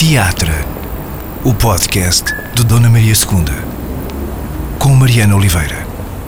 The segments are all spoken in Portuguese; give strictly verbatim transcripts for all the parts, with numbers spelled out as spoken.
Teatro, o podcast de Dona Maria segunda, com Mariana Oliveira.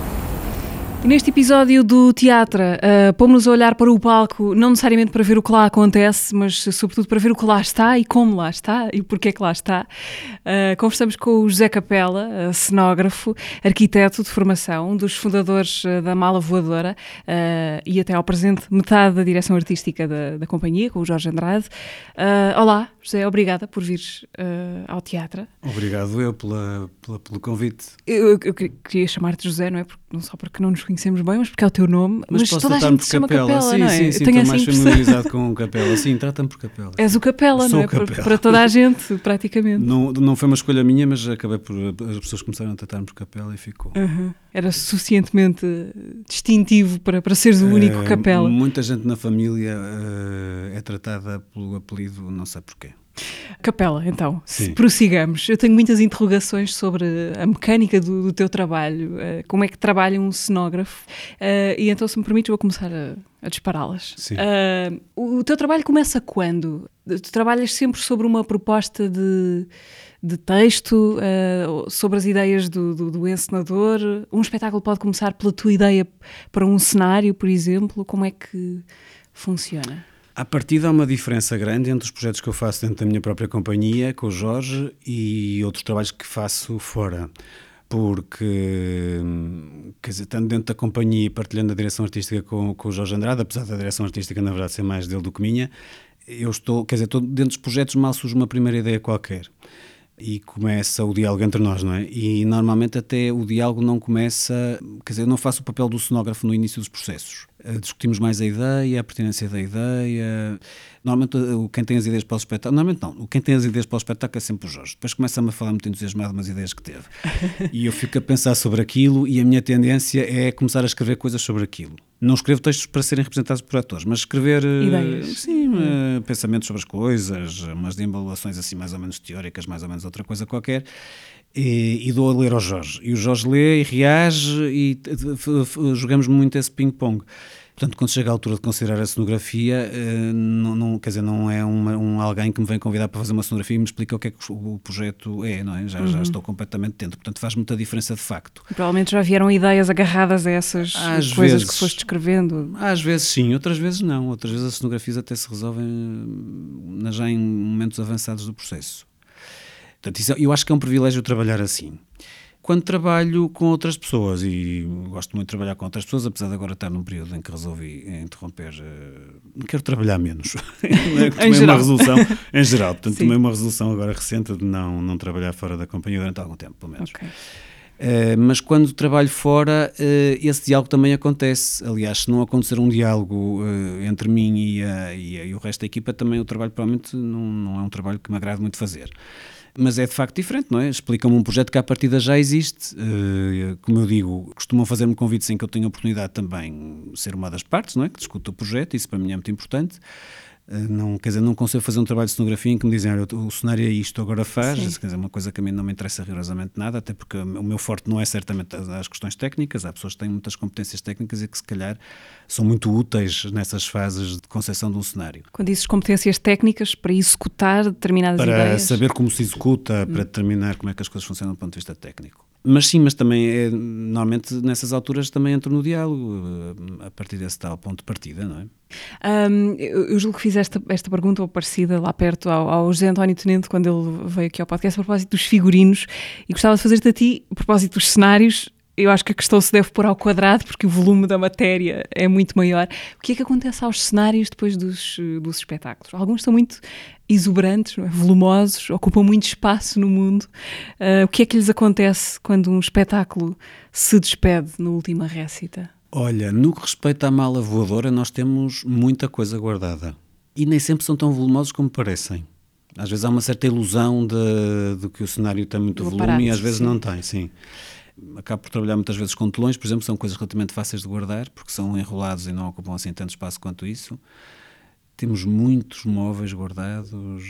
E neste episódio do Teatro, uh, pomos-nos a olhar para o palco, não necessariamente para ver o que lá acontece, mas sobretudo para ver o que lá está e como lá está e porque é que lá está. Uh, conversamos com o José Capela, uh, cenógrafo, arquiteto de formação, um dos fundadores uh, da Mala Voadora uh, e até ao presente metade da direção artística da, da companhia, com o Jorge Andrade. Uh, olá, José, obrigada por vires uh, ao teatro. Obrigado eu pela, pela, pelo convite. Eu, eu, eu queria chamar-te José, não é? Porque, não só porque não nos conhecemos bem, mas porque é o teu nome. Mas, mas posso toda a gente se chama Capela, sim, não é? sim, sim, eu tenho estou assim mais familiarizado com o Capela. Sim, trata-me por Capela. És o Capela, Sou não é? Capela. Para, para toda a gente, praticamente. Não, não foi uma escolha minha, mas acabei por... As pessoas começaram a tratar-me por Capela e ficou. Uhum. Era suficientemente distintivo para, para seres o único uh, Capela. Muita gente na família uh, é tratada pelo apelido, não sei porquê. Capela, então, se prossigamos. Eu tenho muitas interrogações sobre a mecânica do, do teu trabalho, uh, como é que trabalha um cenógrafo, uh, e então, se me permites, vou começar a, a dispará-las. Uh, o, o teu trabalho começa quando? Tu trabalhas sempre sobre uma proposta de, de texto, uh, sobre as ideias do, do, do encenador? Um espetáculo pode começar pela tua ideia para um cenário, por exemplo? Como é que funciona? À partida há uma diferença grande entre os projetos que eu faço dentro da minha própria companhia, com o Jorge, e outros trabalhos que faço fora. Porque, quer dizer, estando dentro da companhia e partilhando a direção artística com, com o Jorge Andrade, apesar da direção artística, na verdade, ser mais dele do que minha, eu estou, quer dizer, estou dentro dos projetos, mal surge uma primeira ideia qualquer. E começa o diálogo entre nós, não é? E normalmente até o diálogo não começa, quer dizer, eu não faço o papel do cenógrafo no início dos processos. Discutimos mais a ideia, a pertinência da ideia. Normalmente quem tem as ideias para o espetáculo, normalmente não, quem tem as ideias para o espetáculo é sempre o Jorge. Depois começa-me a falar muito entusiasmado umas ideias que teve. E eu fico a pensar sobre aquilo e a minha tendência é começar a escrever coisas sobre aquilo. Não escrevo textos para serem representados por atores, mas escrever ideias. Sim, hum. uh, pensamentos sobre as coisas, umas deambulações assim mais ou menos teóricas, mais ou menos outra coisa qualquer. E, e dou a ler ao Jorge. E o Jorge lê e reage e jogamos muito esse ping-pong. Portanto, quando chega a altura de considerar a cenografia, não, não, quer dizer, não é uma, um alguém que me vem convidar para fazer uma cenografia e me explica o que é que o projeto é, não é? Já, uhum. já estou completamente dentro. Portanto, faz muita diferença de facto. E provavelmente já vieram ideias agarradas a essas às coisas vezes, que foste escrevendo. Às vezes sim, outras vezes não. Outras vezes as cenografias até se resolvem já em momentos avançados do processo. Portanto, isso, eu acho que é um privilégio trabalhar assim. Quando trabalho com outras pessoas, e gosto muito de trabalhar com outras pessoas, apesar de agora estar num período em que resolvi interromper, uh, quero trabalhar menos. Tomei em geral. uma resolução, em geral, portanto, Sim. tomei uma resolução agora recente de não, não trabalhar fora da companhia durante algum tempo, pelo menos. Okay. Uh, mas quando trabalho fora, uh, esse diálogo também acontece. Aliás, se não acontecer um diálogo uh, entre mim e, a, e, a, e o resto da equipa, também o trabalho provavelmente não, não é um trabalho que me agrada muito fazer. Mas é de facto diferente, não é? Explica-me um projeto que à partida já existe. Uh, como eu digo, costumam fazer-me convites em que eu tenho a oportunidade também de ser uma das partes, não é? Que discuta o projeto, isso para mim é muito importante. Uh, não, quer dizer, não consigo fazer um trabalho de cenografia em que me dizem, olha, o cenário é isto, agora faz. Sim. Quer dizer, uma coisa que a mim não me interessa rigorosamente nada, até porque o meu forte não é certamente as, as questões técnicas. Há pessoas que têm muitas competências técnicas e que se calhar são muito úteis nessas fases de concepção de um cenário. Quando dizes competências técnicas para executar determinadas para ideias? Para saber como se executa, hum. para determinar como é que as coisas funcionam do ponto de vista técnico. Mas sim, mas também é, normalmente nessas alturas também entro no diálogo, a partir desse tal ponto de partida, não é? Um, eu, eu julgo que fiz esta, esta pergunta ou parecida lá perto ao, ao José António Tenente quando ele veio aqui ao podcast a propósito dos figurinos, e gostava de fazer-te a ti a propósito dos cenários. Eu acho que a questão se deve pôr ao quadrado porque o volume da matéria é muito maior. O que é que acontece aos cenários depois dos, dos espetáculos? Alguns são muito exuberantes, não é? Volumosos, ocupam muito espaço no mundo. Uh, o que é que lhes acontece quando um espetáculo se despede na última récita? Olha, no que respeita à Mala Voadora, nós temos muita coisa guardada. E nem sempre são tão volumosos como parecem. Às vezes há uma certa ilusão de, de que o cenário tem muito Do volume aparato, e às vezes sim. não tem, sim. Acabo por trabalhar muitas vezes com telões, por exemplo, são coisas relativamente fáceis de guardar, porque são enrolados e não ocupam assim tanto espaço quanto isso. Temos muitos móveis guardados,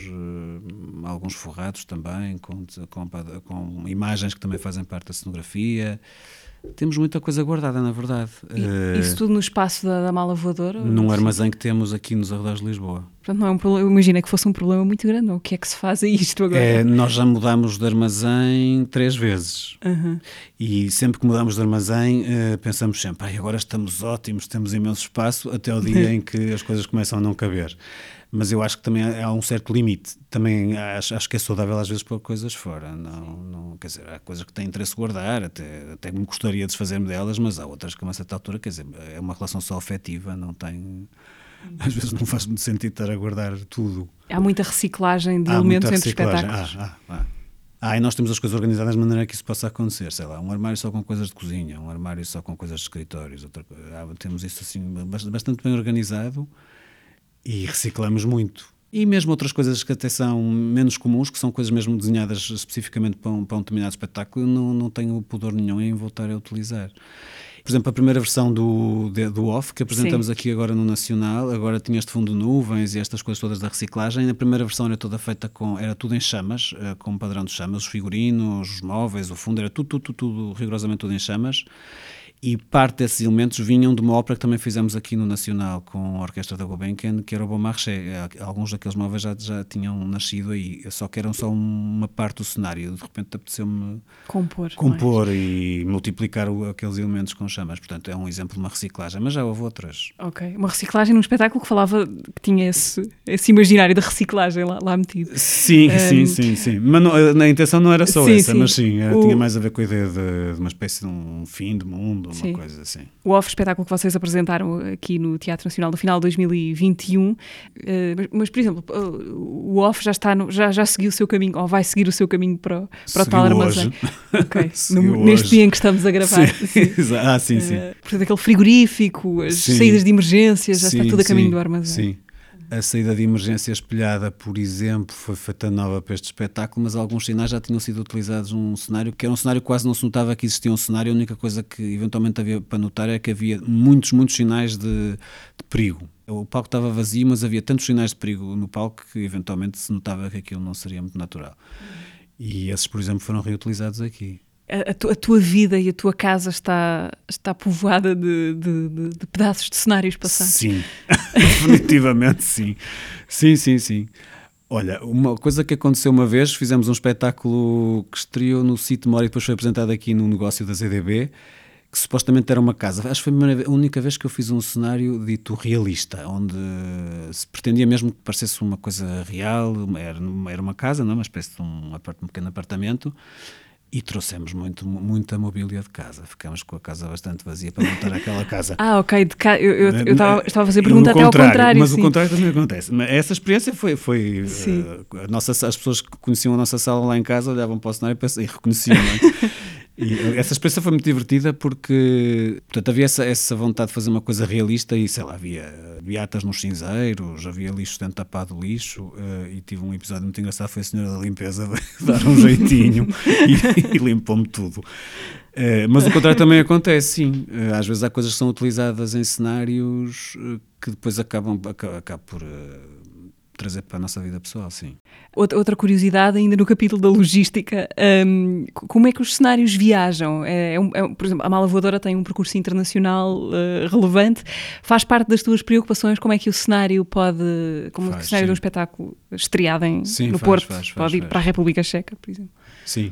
uh, alguns forrados também, com, com, com imagens que também fazem parte da cenografia. Temos muita coisa guardada, na verdade. E, uh, isso tudo no espaço da, da Mala Voadora? Num armazém que temos aqui nos arredores de Lisboa. Portanto, não é um problema, imagina que fosse um problema muito grande, ou o que é que se faz a isto agora? É, nós já mudámos de armazém três vezes. Uhum. E sempre que mudamos de armazém, uh, pensamos sempre, ai, agora estamos ótimos, temos imenso espaço, até ao dia em que as coisas começam a não caber. Mas eu acho que também há um certo limite. Também acho, acho que é saudável às vezes pôr coisas fora. Não, não, quer dizer, há coisas que têm interesse guardar, até, até me gostaria de desfazer-me delas, mas há outras que a uma certa altura, quer dizer, é uma relação só afetiva, não tem... Às vezes não faz muito sentido estar a guardar tudo. Há muita reciclagem de há elementos muita entre reciclagem. espetáculos. Ah, ah, ah. ah, e nós temos as coisas organizadas de maneira que isso possa acontecer. Sei lá, um armário só com coisas de cozinha, um armário só com coisas de escritórios. Outra, ah, temos isso assim bastante bem organizado e reciclamos muito. E mesmo outras coisas que até são menos comuns, que são coisas mesmo desenhadas especificamente para um, para um determinado espetáculo, eu não, não tenho pudor nenhum em voltar a utilizar. Por exemplo, a primeira versão do, de, do Off, que apresentamos Sim. aqui agora no Nacional, agora tinha este fundo de nuvens e estas coisas todas da reciclagem. A primeira versão era toda feita com, era tudo em chamas, uh, com um padrão de chamas, os figurinos, os móveis, o fundo, era tudo, tudo, tudo, tudo rigorosamente tudo em chamas. E parte desses elementos vinham de uma ópera que também fizemos aqui no Nacional com a Orquestra da Gulbenkian, que era o Beaumarchais. Alguns daqueles móveis já, já tinham nascido aí, só que eram só uma parte do cenário. De repente apeteceu-me compor, compor e multiplicar o, aqueles elementos com chamas. Portanto, é um exemplo de uma reciclagem, mas já houve outras. Ok, uma reciclagem num espetáculo que falava que tinha esse, esse imaginário da reciclagem lá, lá metido. Sim, um... sim, sim, sim. Mas não, na intenção não era só sim, essa, sim. mas sim, o... tinha mais a ver com a ideia de, de uma espécie de um fim de mundo, uma Sim. coisa assim. O Off, espetáculo que vocês apresentaram aqui no Teatro Nacional no final de dois mil e vinte e um, uh, mas, mas, por exemplo, uh, o Off já, está no, já, já seguiu o seu caminho, ou vai seguir o seu caminho para, para o tal armazém. Okay. no, neste dia em que estamos a gravar. Sim. Sim. Ah, sim, sim. Uh, portanto, aquele frigorífico, as sim. saídas de emergência, já sim, está tudo a caminho sim, do armazém. Sim. A saída de emergência espelhada, por exemplo, foi feita nova para este espetáculo, mas alguns sinais já tinham sido utilizados num cenário, que era um cenário que quase não se notava que existia um cenário. A única coisa que eventualmente havia para notar é que havia muitos, muitos sinais de, de perigo. O palco estava vazio, mas havia tantos sinais de perigo no palco que eventualmente se notava que aquilo não seria muito natural. E esses, por exemplo, foram reutilizados aqui. A, a, tu, a tua vida e a tua casa está, está povoada de, de, de, de pedaços de cenários passados. Sim, definitivamente sim. Sim, sim, sim. Olha, uma coisa que aconteceu uma vez, fizemos um espetáculo que estreou no Sítio Mora e depois foi apresentado aqui no negócio da Z D B, que supostamente era uma casa. Acho que foi a, primeira, a única vez que eu fiz um cenário dito realista, onde se pretendia mesmo que parecesse uma coisa real, era, era uma casa, não? Uma espécie de um, um pequeno apartamento. E trouxemos muito, muita mobília de casa. Ficamos com a casa bastante vazia para montar aquela casa. Ah, ok. De ca... Eu, eu, eu estava, estava a fazer pergunta até ao contrário. Mas sim. o contrário também acontece. Mas essa experiência foi... foi uh, a nossa, as pessoas que conheciam a nossa sala lá em casa olhavam para o cenário e, e reconheciam. E essa experiência foi muito divertida porque, portanto, havia essa, essa vontade de fazer uma coisa realista e, sei lá, havia beatas nos cinzeiros, havia lixo dentro tapado do lixo uh, e tive um episódio muito engraçado, foi a senhora da limpeza dar um jeitinho e, e limpou-me tudo. Uh, mas o contrário também acontece, sim. Uh, às vezes há coisas que são utilizadas em cenários uh, que depois acabam, acabam, acabam por... Uh, trazer para a nossa vida pessoal, sim. Outra, outra curiosidade, ainda no capítulo da logística, um, como é que os cenários viajam? É, é um, é, por exemplo, a Mala Voadora tem um percurso internacional uh, relevante. Faz parte das tuas preocupações como é que o cenário pode, como faz, o cenário sim. de um espetáculo estreado em, sim, no faz, Porto, faz, faz, pode ir faz. para a República Checa, por exemplo? Sim.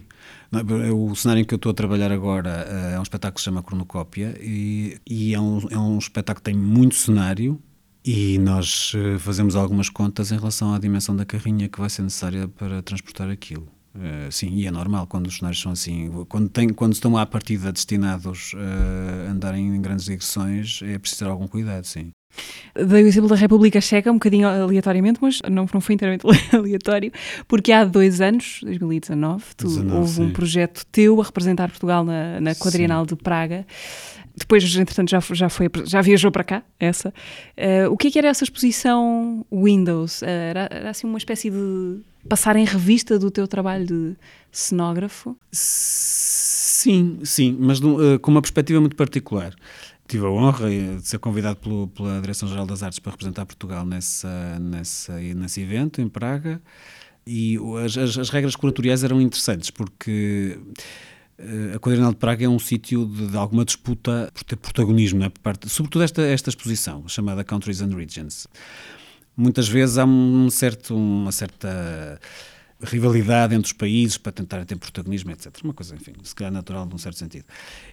O cenário em que eu estou a trabalhar agora uh, é um espetáculo que se chama Cronocópia e, e é, um, é um espetáculo que tem muito cenário. E nós fazemos algumas contas em relação à dimensão da carrinha que vai ser necessária para transportar aquilo. Uh, sim, e é normal quando os cenários são assim. Quando, tem, quando estão à partida destinados a andarem em grandes direções, é preciso ter algum cuidado, sim. Dei o exemplo da República Checa, um bocadinho aleatoriamente, mas não, não foi inteiramente aleatório, porque há dois anos, dois mil e dezanove, tu, dezanove, houve sim. um projeto teu a representar Portugal na, na Quadrienal sim. de Praga. Depois, entretanto, já, já, foi, já viajou para cá, essa. Uh, o que é que era essa exposição Windows? Uh, era, era assim uma espécie de passar em revista do teu trabalho de cenógrafo? Sim, sim, mas uh, com uma perspectiva muito particular. Tive a honra de ser convidado pelo, pela Direção-Geral das Artes para representar Portugal nessa, nessa, nesse evento em Praga e as, as, as regras curatoriais eram interessantes porque a Quadrienal de Praga é um sítio de, de alguma disputa por ter protagonismo, não é? Por parte, sobretudo esta, esta exposição chamada Countries and Regions. Muitas vezes há um certo, uma certa rivalidade entre os países para tentar ter protagonismo, etcétera. Uma coisa, enfim, se calhar natural num certo sentido.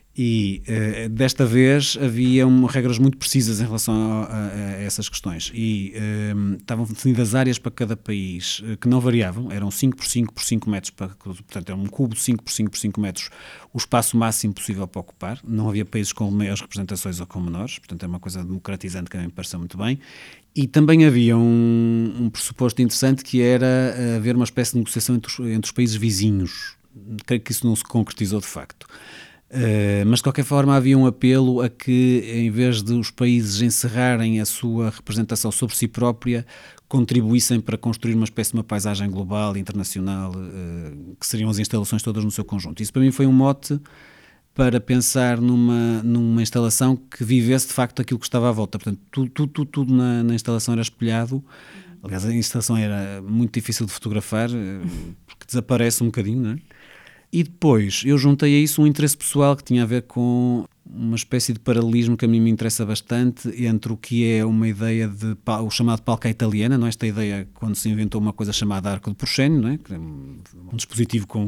E uh, desta vez havia um, regras muito precisas em relação a, a, a essas questões e um, estavam definidas áreas para cada país uh, que não variavam, eram cinco por cinco por cinco metros, para, portanto era um cubo de cinco por cinco por cinco metros, o espaço máximo possível para ocupar, não havia países com maiores representações ou com menores, portanto é uma coisa democratizante que a mim me pareceu muito bem. E também havia um, um pressuposto interessante que era uh, haver uma espécie de negociação entre os, entre os países vizinhos. Creio que isso não se concretizou de facto. Uh, mas de qualquer forma havia um apelo a que, em vez de os países encerrarem a sua representação sobre si própria, contribuíssem para construir uma espécie de uma paisagem global, internacional, uh, que seriam as instalações todas no seu conjunto. Isso para mim foi um mote para pensar numa, numa instalação que vivesse de facto aquilo que estava à volta. Portanto, tudo, tudo, tudo, tudo na, na instalação era espelhado. Aliás, a instalação era muito difícil de fotografar, porque desaparece um bocadinho, não é? E depois eu juntei a isso um interesse pessoal que tinha a ver com uma espécie de paralelismo que a mim me interessa bastante entre o que é uma ideia de o chamado palco à italiana, não é? Esta ideia quando se inventou uma coisa chamada arco de proscenio, não é? Que é um dispositivo com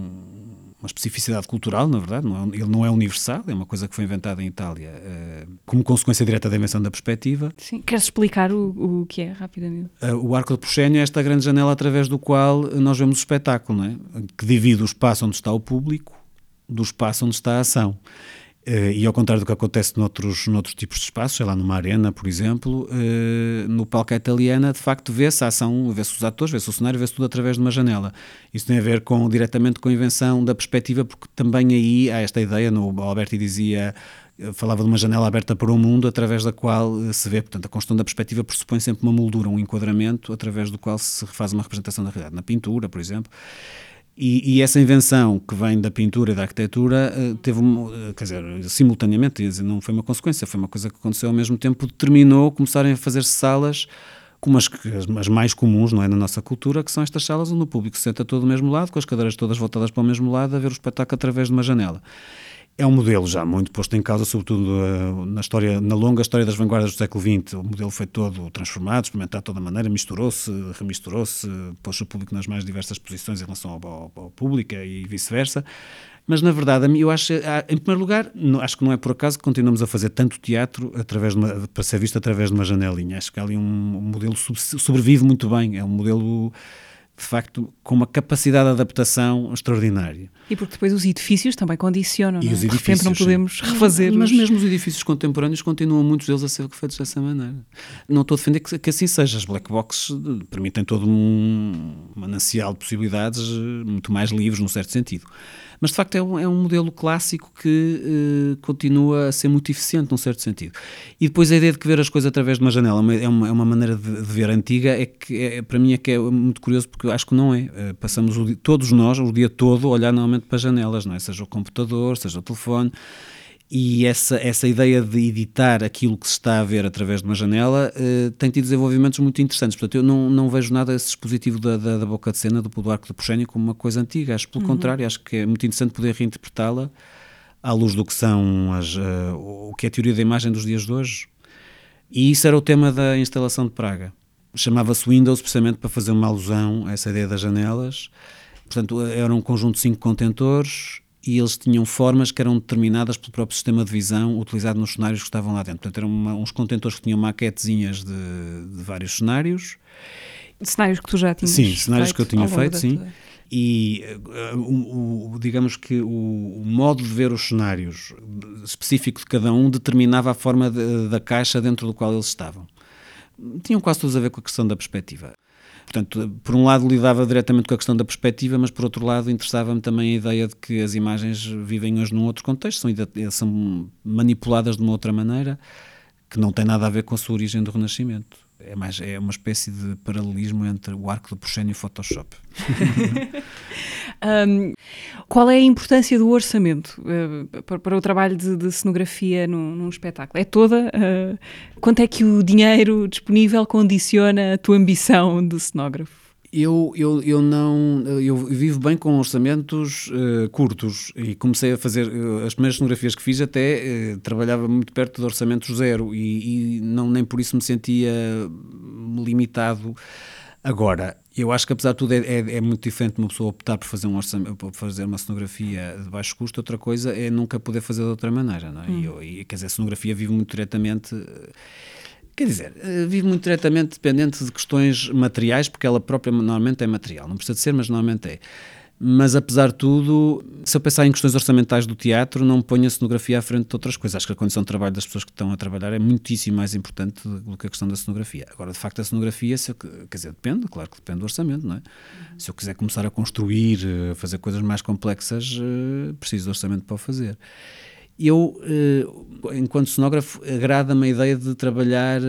uma especificidade cultural, na verdade, não é, ele não é universal, é uma coisa que foi inventada em Itália uh, como consequência direta da invenção da perspectiva. Sim, queres explicar o, o que é, rapidamente? Uh, o arco de proscenio é esta grande janela através do qual nós vemos o espetáculo, não é? Que divide o espaço onde está o público do espaço onde está a ação. Uh, e ao contrário do que acontece noutros, noutros tipos de espaços, sei lá, numa arena, por exemplo, uh, no palco à italiana, de facto, vê-se a ação, vê-se os atores, vê-se o cenário, vê-se tudo através de uma janela. Isso tem a ver com, diretamente com a invenção da perspectiva, porque também aí há esta ideia, no Alberti dizia, falava de uma janela aberta para o mundo, através da qual se vê, portanto, a construção da perspectiva pressupõe sempre uma moldura, um enquadramento, através do qual se faz uma representação da realidade. Na pintura, por exemplo. E, e essa invenção que vem da pintura e da arquitetura teve, quer dizer, simultaneamente, não foi uma consequência, foi uma coisa que aconteceu ao mesmo tempo, determinou começarem a fazer-se salas como as, as mais comuns, não é, na nossa cultura, que são estas salas onde o público se senta todo do mesmo lado, com as cadeiras todas voltadas para o mesmo lado, a ver o espetáculo através de uma janela. É um modelo já muito posto em causa, sobretudo uh, na, história, na longa história das vanguardas do século vinte. O modelo foi todo transformado, experimentado de toda maneira, misturou-se, remisturou-se, pôs o público nas mais diversas posições em relação ao, ao, ao público e vice-versa. Mas, na verdade, eu acho, em primeiro lugar, não, acho que não é por acaso que continuamos a fazer tanto teatro através de uma, para ser visto através de uma janelinha. Acho que ali um, um modelo sub, sobrevive muito bem, é um modelo, de facto, com uma capacidade de adaptação extraordinária. E porque depois os edifícios também condicionam, e não é? Os De edifícios, repente não podemos sim. refazer. Mas os... mesmo os edifícios contemporâneos continuam muitos deles a ser feitos dessa maneira. Não estou a defender que, que assim seja. As black boxes permitem todo um manancial de possibilidades muito mais livres, num certo sentido. Mas, de facto, é um, é um modelo clássico que uh, continua a ser muito eficiente, num certo sentido. E depois a ideia de que ver as coisas através de uma janela é uma, é uma maneira de, de ver antiga, é que é, para mim é que é muito curioso, porque eu acho que não é. Uh, passamos o dia, todos nós, o dia todo, a olhar normalmente para janelas, não é? Seja o computador, seja o telefone. E essa, essa ideia de editar aquilo que se está a ver através de uma janela uh, tem tido desenvolvimentos muito interessantes. Portanto, eu não, não vejo nada esse dispositivo da, da, da boca de cena, do, do arco de proscenio, como uma coisa antiga. Acho, pelo uhum. contrário, acho que é muito interessante poder reinterpretá-la à luz do que são as, uh, o que é a teoria da imagem dos dias de hoje. E isso era o tema da instalação de Praga. Chamava-se Windows precisamente para fazer uma alusão a essa ideia das janelas. Portanto, era um conjunto de cinco contentores e eles tinham formas que eram determinadas pelo próprio sistema de visão utilizado nos cenários que estavam lá dentro. Portanto, eram uma, uns contentores que tinham maquetezinhas de, de vários cenários. Cenários que tu já tinhas feito? Sim, cenários feito, que eu tinha feito, sim. Tua... E uh, o, o, digamos que o, o modo de ver os cenários específico de cada um determinava a forma de, da caixa dentro do qual eles estavam. Tinham quase todos a ver com a questão da perspectiva. Portanto, por um lado lidava diretamente com a questão da perspectiva, mas por outro lado interessava-me também a ideia de que as imagens vivem hoje num outro contexto, são, são manipuladas de uma outra maneira, que não tem nada a ver com a sua origem do Renascimento. É, mais, é uma espécie de paralelismo entre o arco de proscenio e o Photoshop. um, qual é a importância do orçamento uh, para, para o trabalho de, de cenografia num, num espetáculo? É toda? Uh, quanto é que o dinheiro disponível condiciona a tua ambição de cenógrafo? Eu, eu, eu não eu vivo bem com orçamentos uh, curtos e comecei a fazer uh, as primeiras cenografias que fiz até uh, trabalhava muito perto de orçamentos zero e, e não, nem por isso me sentia limitado. Agora, eu acho que apesar de tudo é, é, é muito diferente uma pessoa optar por fazer, um orçamento, por fazer uma cenografia de baixo custo. Outra coisa é nunca poder fazer de outra maneira, não é? Hum. E, eu, e, quer dizer, a cenografia vive muito diretamente... Quer dizer, vive muito diretamente dependente de questões materiais, porque ela própria normalmente é material. Não precisa de ser, mas normalmente é. Mas, apesar de tudo, se eu pensar em questões orçamentais do teatro, não ponho a cenografia à frente de outras coisas. Acho que a condição de trabalho das pessoas que estão a trabalhar é muitíssimo mais importante do que a questão da cenografia. Agora, de facto, a cenografia, se eu, quer dizer, depende, claro que depende do orçamento, não é? Uhum. Se eu quiser começar a construir, a fazer coisas mais complexas, preciso de orçamento para o fazer. Eu, enquanto cenógrafo, agrada-me a ideia de trabalhar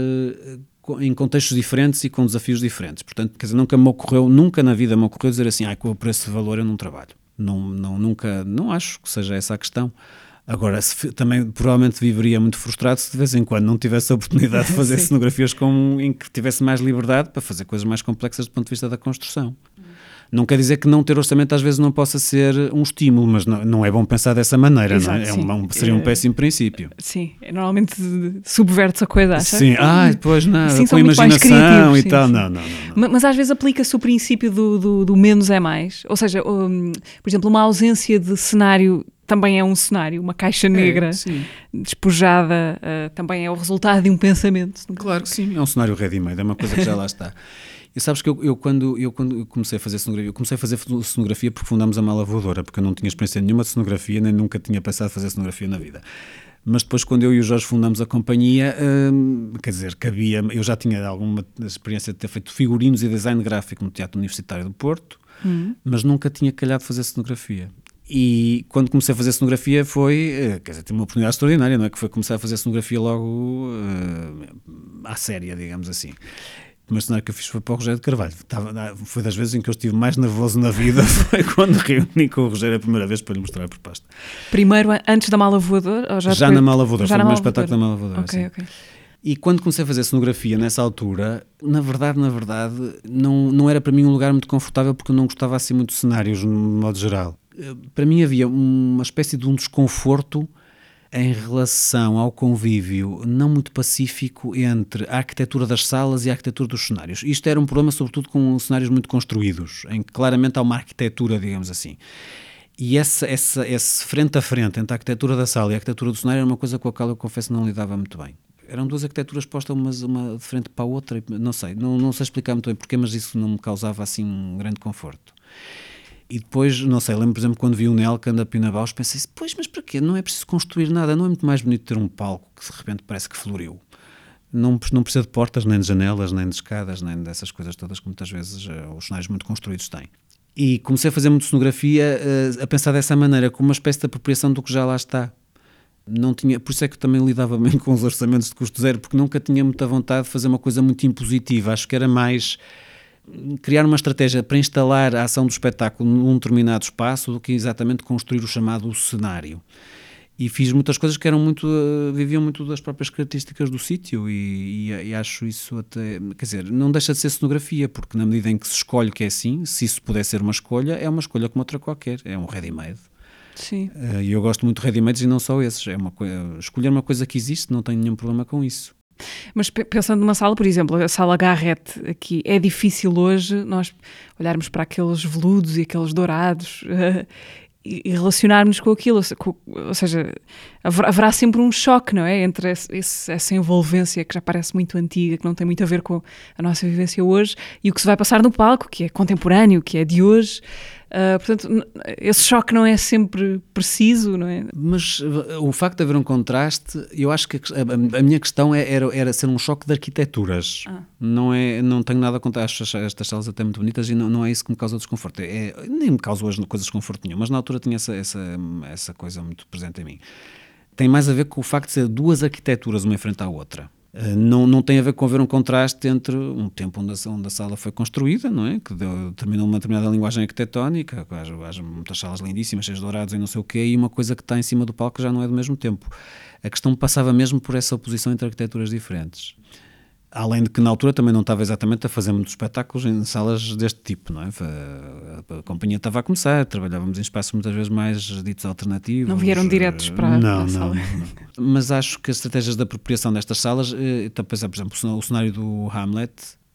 em contextos diferentes e com desafios diferentes. Portanto, quer dizer, nunca me ocorreu, nunca na vida me ocorreu dizer assim, ah, por esse valor eu não trabalho. Não, não, nunca, não acho que seja essa a questão. Agora, se, também provavelmente viveria muito frustrado se de vez em quando não tivesse a oportunidade de fazer cenografias com, em que tivesse mais liberdade para fazer coisas mais complexas do ponto de vista da construção. Não quer dizer que não ter orçamento às vezes não possa ser um estímulo, mas não, não é bom pensar dessa maneira. Exato, não é? É um, seria um péssimo princípio. Sim, normalmente subverte-se a coisa, acha? Sim, ah, depois não, sim, com a imaginação e sim, tal, sim. Não, não, não, não. Mas, mas às vezes aplica-se o princípio do, do, do menos é mais, ou seja, um, por exemplo, uma ausência de cenário também é um cenário, uma caixa negra é, despojada, uh, também é o resultado de um pensamento. Claro que sim, é um cenário ready-made, é uma coisa que já lá está. E sabes que eu, eu, quando, eu quando comecei a fazer cenografia, eu comecei a fazer cenografia porque fundámos a Mala Voadora, porque eu não tinha experiência nenhuma de cenografia, nem nunca tinha pensado fazer cenografia na vida. Mas depois, quando eu e o Jorge fundamos a companhia, hum, quer dizer, cabia, eu já tinha alguma experiência de ter feito figurinos e design gráfico no Teatro Universitário do Porto, hum. mas nunca tinha calhado fazer cenografia. E quando comecei a fazer cenografia foi, quer dizer, tive uma oportunidade extraordinária, não é? Que foi começar a fazer cenografia logo uh, à séria, digamos assim. O primeiro cenário que eu fiz foi para o Rogério de Carvalho. Estava, foi das vezes em que eu estive mais nervoso na vida, foi quando reuni com o Rogério a primeira vez para lhe mostrar a proposta. Primeiro, antes da Mala Voadora? Ou já já depois? na Mala Voadora, já foi na o meu Mala espetáculo da Mala Voadora. Ok, assim. ok. E quando comecei a fazer cenografia nessa altura, na verdade, na verdade, não, não era para mim um lugar muito confortável porque eu não gostava assim muito de cenários, no modo geral. Para mim havia uma espécie de um desconforto em relação ao convívio não muito pacífico entre a arquitetura das salas e a arquitetura dos cenários. Isto era um problema sobretudo com cenários muito construídos, em que claramente há uma arquitetura, digamos assim. E essa, essa, esse frente a frente entre a arquitetura da sala e a arquitetura do cenário era uma coisa com a qual eu confesso não lidava muito bem. Eram duas arquiteturas postas uma, uma de frente para a outra, não sei, não, não sei explicar muito bem porquê, mas isso não me causava assim um grande conforto. E depois, não sei, lembro por exemplo quando vi o Nel que anda a Pinabaus, pensei, pois, mas para quê? Não é preciso construir nada, não é muito mais bonito ter um palco que de repente parece que floriu. Não, não precisa de portas, nem de janelas, nem de escadas, nem dessas coisas todas que muitas vezes uh, os cenários muito construídos têm. E comecei a fazer muito cenografia uh, a pensar dessa maneira, como uma espécie de apropriação do que já lá está. Não tinha, por isso é que também lidava bem com os orçamentos de custo zero, porque nunca tinha muita vontade de fazer uma coisa muito impositiva. Acho que era mais criar uma estratégia para instalar a ação do espetáculo num determinado espaço do que exatamente construir o chamado cenário. E fiz muitas coisas que eram muito, uh, viviam muito das próprias características do sítio e, e, e acho isso até, quer dizer, não deixa de ser cenografia, porque na medida em que se escolhe que é assim, se isso puder ser uma escolha, é uma escolha como outra qualquer, é um ready-made. Sim. Uh, e eu gosto muito de ready-mades e não só esses, é uma coisa, escolher uma coisa que existe, não tenho nenhum problema com isso. Mas pensando numa sala, por exemplo, a sala Garrett aqui, é difícil hoje nós olharmos para aqueles veludos e aqueles dourados uh, e relacionarmos com aquilo, ou seja, haverá sempre um choque, não é? Entre esse, essa envolvência que já parece muito antiga, que não tem muito a ver com a nossa vivência hoje, e o que se vai passar no palco, que é contemporâneo, que é de hoje. Uh, portanto, esse choque não é sempre preciso, não é? Mas o facto de haver um contraste, eu acho que a, a minha questão é, era, era ser um choque de arquiteturas. Ah. Não, é, não tenho nada contra, acho estas salas até muito bonitas e não, não é isso que me causa desconforto. É, nem me causa hoje coisas de desconforto nenhum, mas na altura tinha essa, essa, essa coisa muito presente em mim. Tem mais a ver com o facto de ser duas arquiteturas uma em frente à outra. Não, não tem a ver com haver um contraste entre um tempo onde a, onde a sala foi construída, não é? Que deu, determinou uma determinada linguagem arquitetónica, haja muitas salas lindíssimas, cheias de dourados e não sei o quê, e uma coisa que está em cima do palco que já não é do mesmo tempo. A questão passava mesmo por essa oposição entre arquiteturas diferentes. Além de que na altura também não estava exatamente a fazer muitos espetáculos em salas deste tipo, não é? A, a, a companhia estava a começar, trabalhávamos em espaços muitas vezes mais ditos alternativos. Não vieram diretos para, não, para a sala. Não, não. Mas acho que as estratégias de apropriação destas salas, estou a pensar, por exemplo, o cenário do Hamlet,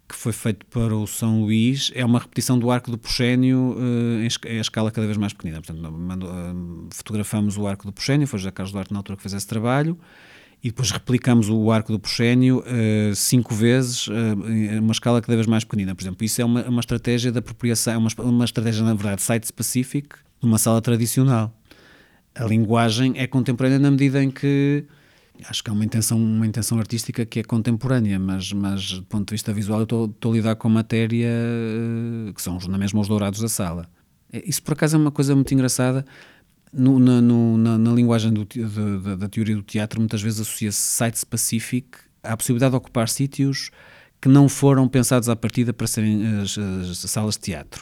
que foi feito para o São Luís, é uma repetição do Arco do Prochénio uh, em, em escala cada vez mais pequenina. Portanto, mando, uh, fotografamos o Arco do Prochénio, foi José Carlos Duarte na altura que fez esse trabalho, e depois replicamos o Arco do Prochénio uh, cinco vezes, uh, em uma escala cada vez mais pequenina. Por exemplo, isso é uma, uma estratégia de apropriação, é uma, uma estratégia, na verdade, site-specific, de uma sala tradicional. A linguagem é contemporânea na medida em que acho que é uma intenção, uma intenção artística que é contemporânea, mas, mas do ponto de vista visual eu estou, estou a lidar com matéria que são na mesma os dourados da sala. Isso por acaso é uma coisa muito engraçada. No, na, no, na, na linguagem do, da, da teoria do teatro muitas vezes associa-se site-specific à possibilidade de ocupar sítios que não foram pensados à partida para serem as, as salas de teatro.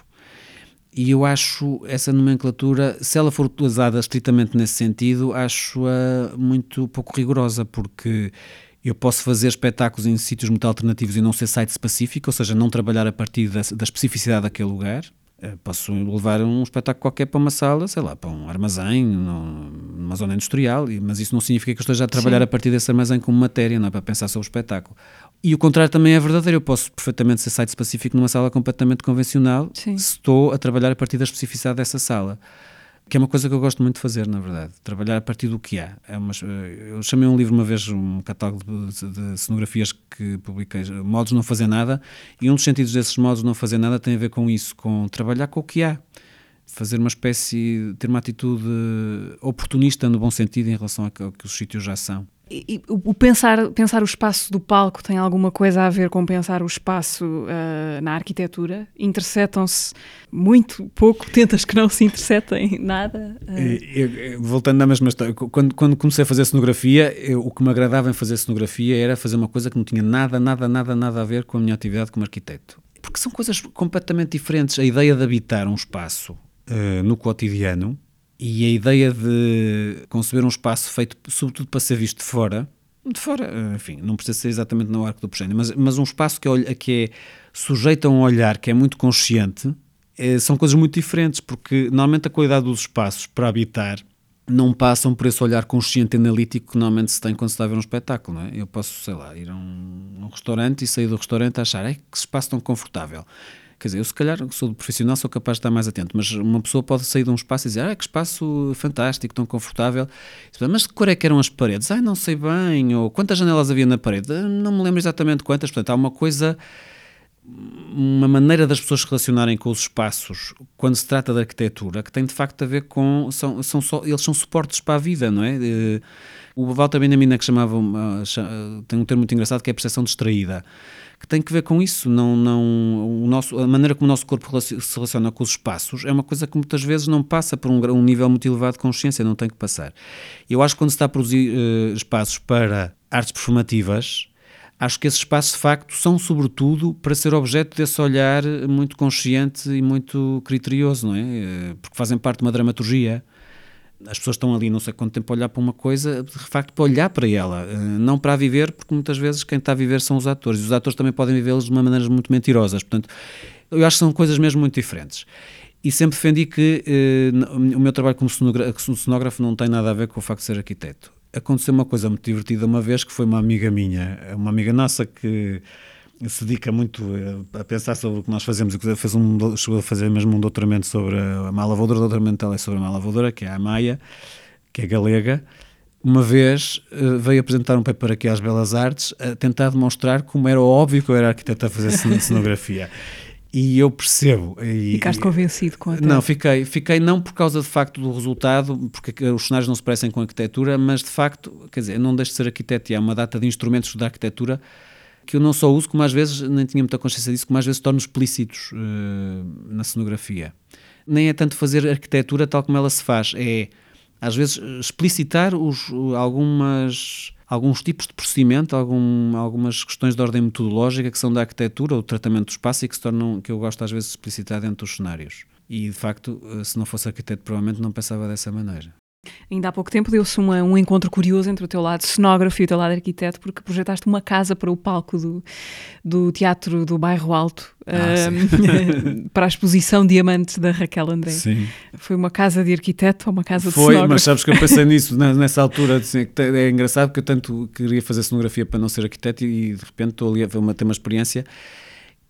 E eu acho essa nomenclatura, se ela for utilizada estritamente nesse sentido, acho-a muito pouco rigorosa, porque eu posso fazer espetáculos em sítios muito alternativos e não ser site-específico, ou seja, não trabalhar a partir da, da especificidade daquele lugar. Posso levar um espetáculo qualquer para uma sala, sei lá, para um armazém, numa zona industrial, mas isso não significa que eu esteja a trabalhar Sim. a partir desse armazém como matéria, não é para pensar sobre o espetáculo. E o contrário também é verdadeiro, eu posso perfeitamente ser site específico numa sala completamente convencional Sim. se estou a trabalhar a partir da especificidade dessa sala, que é uma coisa que eu gosto muito de fazer, na verdade, trabalhar a partir do que há. É uma, eu chamei um livro uma vez, um catálogo de, de cenografias que publiquei, modos de não fazer nada, e um dos sentidos desses modos de não fazer nada tem a ver com isso, com trabalhar com o que há, fazer uma espécie, ter uma atitude oportunista no bom sentido em relação ao que os sítios já são. E, e o pensar, pensar o espaço do palco tem alguma coisa a ver com pensar o espaço uh, na arquitetura? Interceptam-se muito pouco? Tentas que não se interceptem nada? Uh... Eu, eu, voltando à mesma história, quando, quando comecei a fazer cenografia, eu, o que me agradava em fazer cenografia era fazer uma coisa que não tinha nada, nada, nada, nada a ver com a minha atividade como arquiteto. Porque são coisas completamente diferentes. A ideia de habitar um espaço uh, no cotidiano e a ideia de conceber um espaço feito sobretudo para ser visto de fora, de fora, enfim, não precisa ser exatamente no Arco do Prochénio, mas, mas um espaço que é, que é sujeito a um olhar que é muito consciente, é, são coisas muito diferentes, porque normalmente a qualidade dos espaços para habitar não passam por esse olhar consciente e analítico que normalmente se tem quando se está a ver um espetáculo, não é? Eu posso, sei lá, ir a um, um restaurante e sair do restaurante a achar, que espaço tão confortável. Quer dizer, eu se calhar sou profissional, sou capaz de estar mais atento, mas uma pessoa pode sair de um espaço e dizer, ah, que espaço fantástico, tão confortável, mas de que cor é que eram as paredes? Ah, não sei bem, ou quantas janelas havia na parede? Não me lembro exatamente quantas. Portanto, há uma coisa, uma maneira das pessoas se relacionarem com os espaços quando se trata de arquitetura que tem de facto a ver com, são, são só, eles são suportes para a vida, não é? O Walter Benjamin, que chamava, tem um termo muito engraçado que é a percepção distraída, que tem que ver com isso. Não, não, o nosso, a maneira como o nosso corpo se relaciona com os espaços é uma coisa que muitas vezes não passa por um, um nível muito elevado de consciência, não tem que passar. Eu acho que quando se está a produzir uh, espaços para artes performativas, acho que esses espaços de facto são sobretudo para ser objeto desse olhar muito consciente e muito criterioso, não é? Porque fazem parte de uma dramaturgia. As pessoas estão ali não sei quanto tempo a olhar para uma coisa, de facto para olhar para ela, não para a viver, porque muitas vezes quem está a viver são os atores, e os atores também podem vivê-los de uma maneira muito mentirosas. Portanto, eu acho que são coisas mesmo muito diferentes. E sempre defendi que eh, o meu trabalho como cenógrafo, cenógrafo não tem nada a ver com o facto de ser arquiteto. Aconteceu uma coisa muito divertida uma vez, que foi uma amiga minha, uma amiga nossa que se dedica muito a pensar sobre o que nós fazemos e fez um, chegou a fazer mesmo um doutoramento sobre a mala voadora, o doutoramento dela é sobre a mala voadora, que é a Maia, que é galega. Uma vez veio apresentar um paper aqui às Belas Artes a tentar demonstrar como era óbvio que eu era arquiteto a fazer cenografia. E eu percebo. E, Ficaste convencido com a Não, fiquei, fiquei não por causa de facto do resultado, porque os cenários não se parecem com a arquitetura, mas de facto, quer dizer, eu não deixo de ser arquiteto e há uma data de instrumentos da arquitetura que eu não só uso, como às vezes, nem tinha muita consciência disso, como às vezes torno explícitos uh, na cenografia. Nem é tanto fazer arquitetura tal como ela se faz, é às vezes explicitar os, algumas, alguns tipos de procedimento, algum, algumas questões de ordem metodológica que são da arquitetura ou do tratamento do espaço e que, se tornam, que eu gosto às vezes de explicitar dentro dos cenários. E de facto, se não fosse arquiteto, provavelmente não pensava dessa maneira. Ainda há pouco tempo deu-se uma, um encontro curioso entre o teu lado cenógrafo e o teu lado arquiteto, porque projetaste uma casa para o palco do, do Teatro do Bairro Alto, ah, um, para a exposição Diamantes da Raquel André. Sim. Foi uma casa de arquiteto ou uma casa de Foi, cenógrafo? mas sabes que eu pensei nisso nessa altura, assim, é engraçado porque eu tanto queria fazer cenografia para não ser arquiteto e de repente estou ali a ter uma experiência.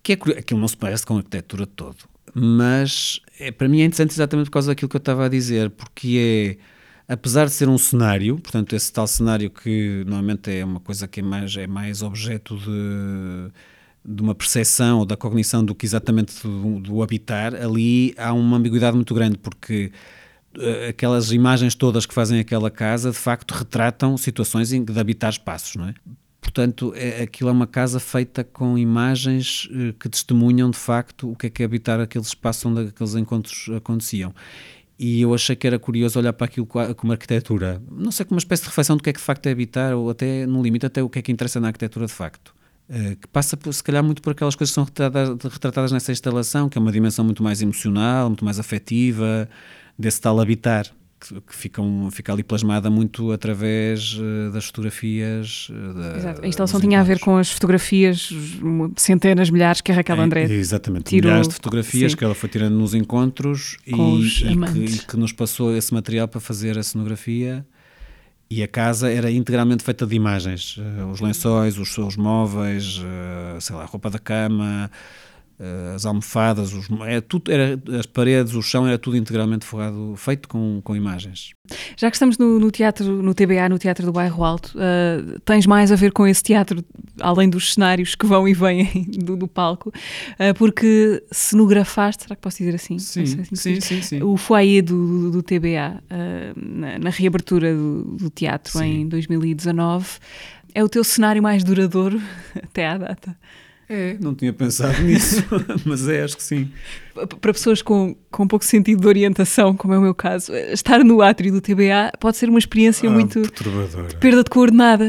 que é curioso, aquilo não se parece com a arquitetura de todo, mas é, para mim é interessante exatamente por causa daquilo que eu estava a dizer, porque é, apesar de ser um cenário, portanto esse tal cenário que normalmente é uma coisa que é mais, é mais objeto de, de uma percepção ou da cognição do que exatamente do, do habitar, ali há uma ambiguidade muito grande, porque aquelas imagens todas que fazem aquela casa de facto retratam situações de habitar espaços, não é? Portanto, é, aquilo é uma casa feita com imagens eh, que testemunham de facto o que é que é habitar aquele espaço onde aqueles encontros aconteciam. E eu achei que era curioso olhar para aquilo como arquitetura, não sei, como uma espécie de reflexão do que é que de facto é habitar, ou até, no limite, até o que é que interessa na arquitetura de facto. Eh, que passa, por, se calhar, muito por aquelas coisas que são retratadas, retratadas nessa instalação, que é uma dimensão muito mais emocional, muito mais afetiva, desse tal habitar. Que fica, um, fica ali plasmada muito através uh, das fotografias. Uh, da, Exato. A instalação tinha a ver com as fotografias, centenas, milhares, que a Raquel André é, exatamente, tirou, milhares de fotografias sim, que ela foi tirando nos encontros e, e, que, e que nos passou esse material para fazer a cenografia. E a casa era integralmente feita de imagens, uh, os lençóis, os, os móveis, uh, sei lá, a roupa da cama, as almofadas, os, era tudo, era, as paredes, o chão, era tudo integralmente forrado, feito com, com imagens. Já que estamos no, no teatro, no T B A, no Teatro do Bairro Alto, uh, tens mais a ver com esse teatro, além dos cenários que vão e vêm do, do palco, uh, porque cenografaste, será que posso dizer assim? Sim, assim sim, sim, sim. O foyer do, do T B A, uh, na, na reabertura do, do teatro, sim, em dois mil e dezanove. É o teu cenário mais duradouro até à data? É, não tinha pensado nisso, mas é, acho que sim. Para pessoas com, com pouco sentido de orientação, como é o meu caso, estar no átrio do T B A pode ser uma experiência ah, muito perturbadora, de perda de coordenadas.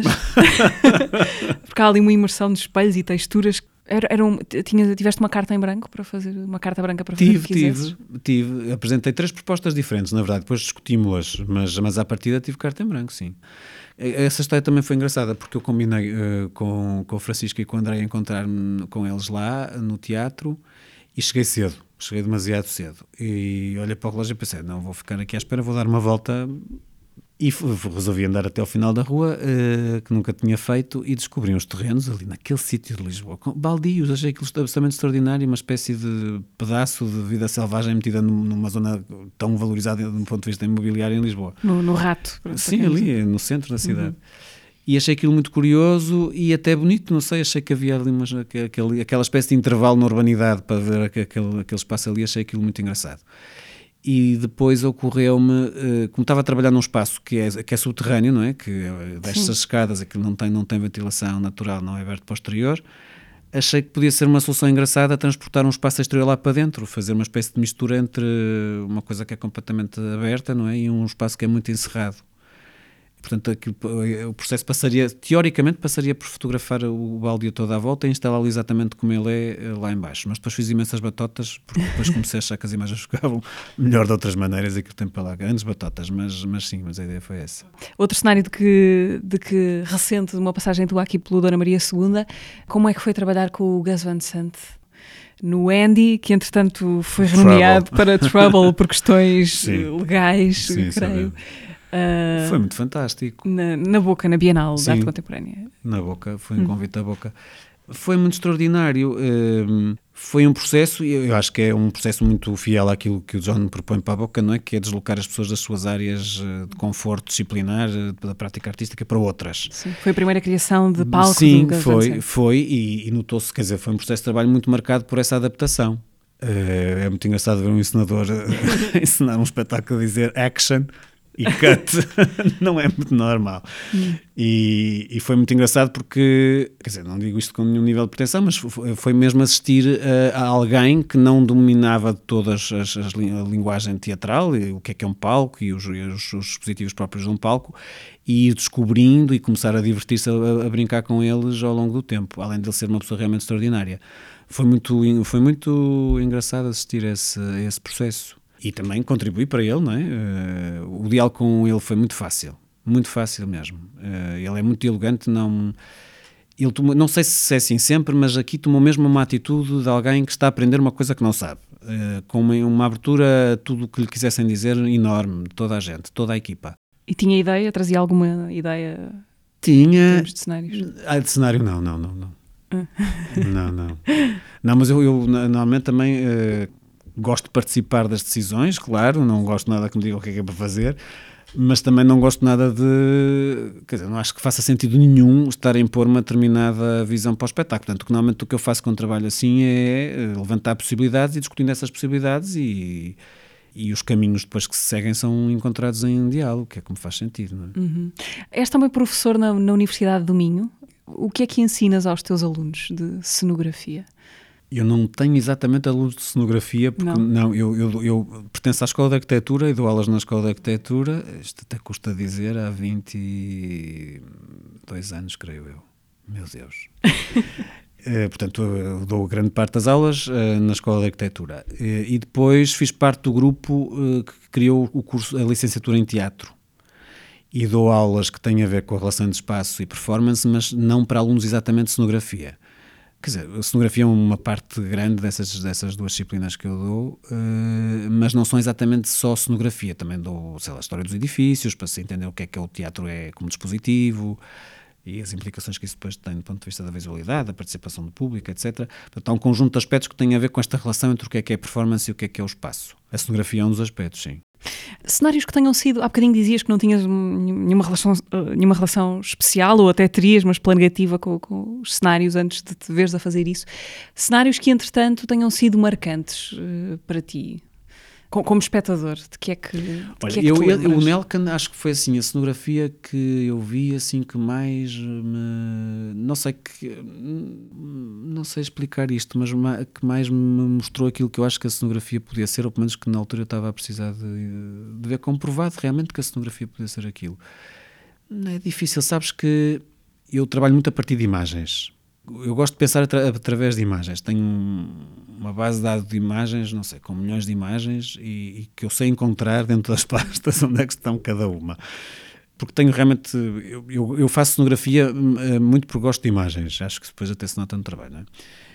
Porque há ali uma imersão de espelhos e texturas. Era, era um, tinha, tiveste uma carta em branco para fazer, uma carta branca para fazer tive, o que quisesses? Tive, tive. Apresentei três propostas diferentes, na verdade, depois discutimos-las, mas, mas à partida tive carta em branco, sim. Essa história também foi engraçada, porque eu combinei uh, com, com o Francisco e com o André a encontrar-me com eles lá, no teatro, e cheguei cedo, cheguei demasiado cedo. E olhei para o relógio e pensei, não, vou ficar aqui à espera, vou dar uma volta. E resolvi andar até ao final da rua, uh, que nunca tinha feito, e descobri uns terrenos ali naquele sítio de Lisboa, com baldios, achei aquilo absolutamente extraordinário, uma espécie de pedaço de vida selvagem metida numa zona tão valorizada do ponto de vista imobiliário em Lisboa. No, no Rato. Sim, ali, no centro da cidade. Uhum. E achei aquilo muito curioso e até bonito, não sei, achei que havia ali umas, aquele, aquela espécie de intervalo na urbanidade para ver aquele, aquele espaço ali, achei aquilo muito engraçado. E depois ocorreu-me, como estava a trabalhar num espaço que é, que é subterrâneo, não é? Que destas as escadas, aquilo não tem, não tem ventilação natural, não é aberto para o exterior, achei que podia ser uma solução engraçada transportar um espaço exterior lá para dentro, fazer uma espécie de mistura entre uma coisa que é completamente aberta, não é? E um espaço que é muito encerrado. Portanto, aquilo, o processo passaria, teoricamente, passaria por fotografar o baldio toda à volta e instalá-lo exatamente como ele é lá em baixo. Mas depois fiz imensas batotas, porque depois comecei a achar que as imagens ficavam melhor de outras maneiras e que o tempo para lá, grandes batotas, mas, mas sim, mas a ideia foi essa. Outro cenário de que, de que recente, de uma passagem tua aqui pelo Dona Maria segunda, como é que foi trabalhar com o Gus Van Sant? No Andy, que entretanto foi renomeado para Trouble por questões sim. legais, sim, creio. Uh, foi muito fantástico. Na, na Boca, na Bienal Sim, de Arte Contemporânea. Na Boca, foi um hum. convite à Boca. Foi muito extraordinário. Uh, foi um processo, e eu acho que é um processo muito fiel àquilo que o John propõe para a Boca, não é? Que é deslocar as pessoas das suas áreas de conforto disciplinar, da prática artística, para outras. Sim, foi a primeira criação de palco. Sim, do foi, foi e, e notou-se, quer dizer, foi um processo de trabalho muito marcado por essa adaptação. Uh, é muito engraçado ver um encenador encenar um espetáculo a dizer action e cut, não é muito normal. Hum. E, e foi muito engraçado porque, quer dizer, não digo isto com nenhum nível de pretensão, mas foi, foi mesmo assistir a, a alguém que não dominava todas as, as, a linguagem teatral, e o que é que é um palco e os, e os, os dispositivos próprios de um palco, e ir descobrindo e começar a divertir-se a, a brincar com eles ao longo do tempo, além de ele ser uma pessoa realmente extraordinária. Foi muito, foi muito engraçado assistir a esse, a esse processo. E também contribuí para ele, não é? Uh, o diálogo com ele foi muito fácil, muito fácil mesmo. Uh, ele é muito elegante, não, ele tomou, não sei se é assim sempre, mas aqui tomou mesmo uma atitude de alguém que está a aprender uma coisa que não sabe, uh, com uma, uma abertura a tudo o que lhe quisessem dizer enorme, de toda a gente, toda a equipa. E tinha ideia? Trazia alguma ideia? Tinha. Em termos de cenários? Ah, de cenário não, não, não, não. Não, não. Não, mas eu, eu normalmente também uh, gosto de participar das decisões, claro, não gosto nada que me digam o que é que é para fazer, mas também não gosto nada de... Quer dizer, não acho que faça sentido nenhum estar a impor uma determinada visão para o espetáculo. Portanto, normalmente o que eu faço quando trabalho assim é levantar possibilidades e discutindo essas possibilidades e, e os caminhos depois que se seguem são encontrados em diálogo, que é como faz sentido, não é? Uhum. És também professor na, na Universidade do Minho. O que é que ensinas aos teus alunos de cenografia? Eu não tenho exatamente alunos de cenografia, porque não, não eu, eu, eu pertenço à Escola de Arquitetura e dou aulas na Escola de Arquitetura, isto até custa dizer, há vinte e dois anos, creio eu. Meu Deus. é, portanto, eu dou grande parte das aulas uh, na Escola de Arquitetura. E, e depois fiz parte do grupo uh, que criou o curso, a licenciatura em Teatro. E dou aulas que têm a ver com a relação de espaço e performance, mas não para alunos exatamente de cenografia. Quer dizer, a cenografia é uma parte grande dessas, dessas duas disciplinas que eu dou, uh, mas não são exatamente só cenografia. Também dou, sei lá, a história dos edifícios, para se entender o que é que é o teatro é como dispositivo e as implicações que isso depois tem do ponto de vista da visualidade, da participação do público, etcétera. Portanto, há um conjunto de aspectos que têm a ver com esta relação entre o que é que é a performance e o que é que é o espaço. A cenografia é um dos aspectos, sim. Cenários que tenham sido, há bocadinho dizias que não tinhas nenhuma relação, nenhuma relação especial, ou até terias, mas pela negativa com, com os cenários antes de te veres a fazer isso. Cenários que, entretanto, tenham sido marcantes uh, para ti, como, como espectador, de que é que, de Olha, que é que eu, te eu, lembras? o Nelken acho que foi assim a cenografia que eu vi assim que mais me, não sei que não sei explicar isto, mas que mais me mostrou aquilo que eu acho que a cenografia podia ser, ou pelo menos que na altura eu estava a precisar de, de ver comprovado realmente que a cenografia podia ser aquilo. Não é difícil, sabes que eu trabalho muito a partir de imagens. Eu gosto de pensar atra- através de imagens. Tenho uma base de dados de imagens, não sei, com milhões de imagens e, e que eu sei encontrar dentro das pastas onde é que estão cada uma. Porque tenho realmente... Eu, eu, eu faço cenografia uh, muito porque gosto de imagens. Acho que depois até se nota no trabalho, não é?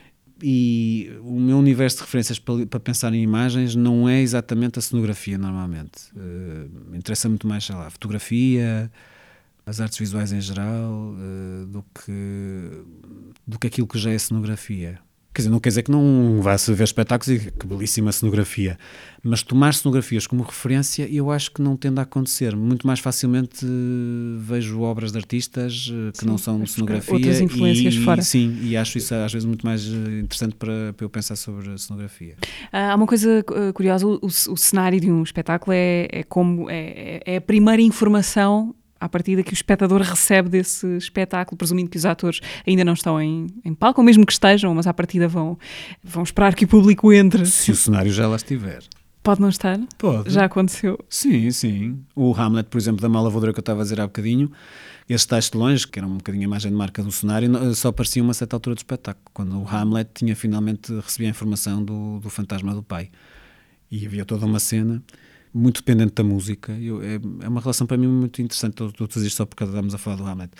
E o meu universo de referências para, para pensar em imagens não é exatamente a cenografia normalmente. Uh, interessa muito mais, sei lá, a fotografia, as artes visuais em geral, uh, do, que, do que aquilo que já é cenografia. Quer dizer, não quer dizer que não vá-se ver espetáculos e que belíssima cenografia, mas tomar cenografias como referência eu acho que não tende a acontecer. Muito mais facilmente uh, vejo obras de artistas uh, que Sim, não são de cenografia. Outras influências e, fora. Sim, e acho isso às vezes muito mais interessante para, para eu pensar sobre a cenografia. Ah, há uma coisa uh, curiosa, o, o, o cenário de um espetáculo é, é como é, é a primeira informação à partida que o espectador recebe desse espetáculo, presumindo que os atores ainda não estão em, em palco, ou mesmo que estejam, mas à partida vão, vão esperar que o público entre. Se o cenário já lá estiver. Pode não estar? Pode. Já aconteceu? Sim, sim. O Hamlet, por exemplo, da Mala Voadora que eu estava a dizer há bocadinho, esse texto de longe, que era um bocadinho a imagem de marca do cenário, só aparecia uma certa altura do espetáculo, quando o Hamlet tinha finalmente recebido a informação do, do fantasma do pai. E havia toda uma cena muito dependente da música. Eu, é, é uma relação para mim muito interessante. Estou a dizer isto só porque estamos a falar do Hamlet.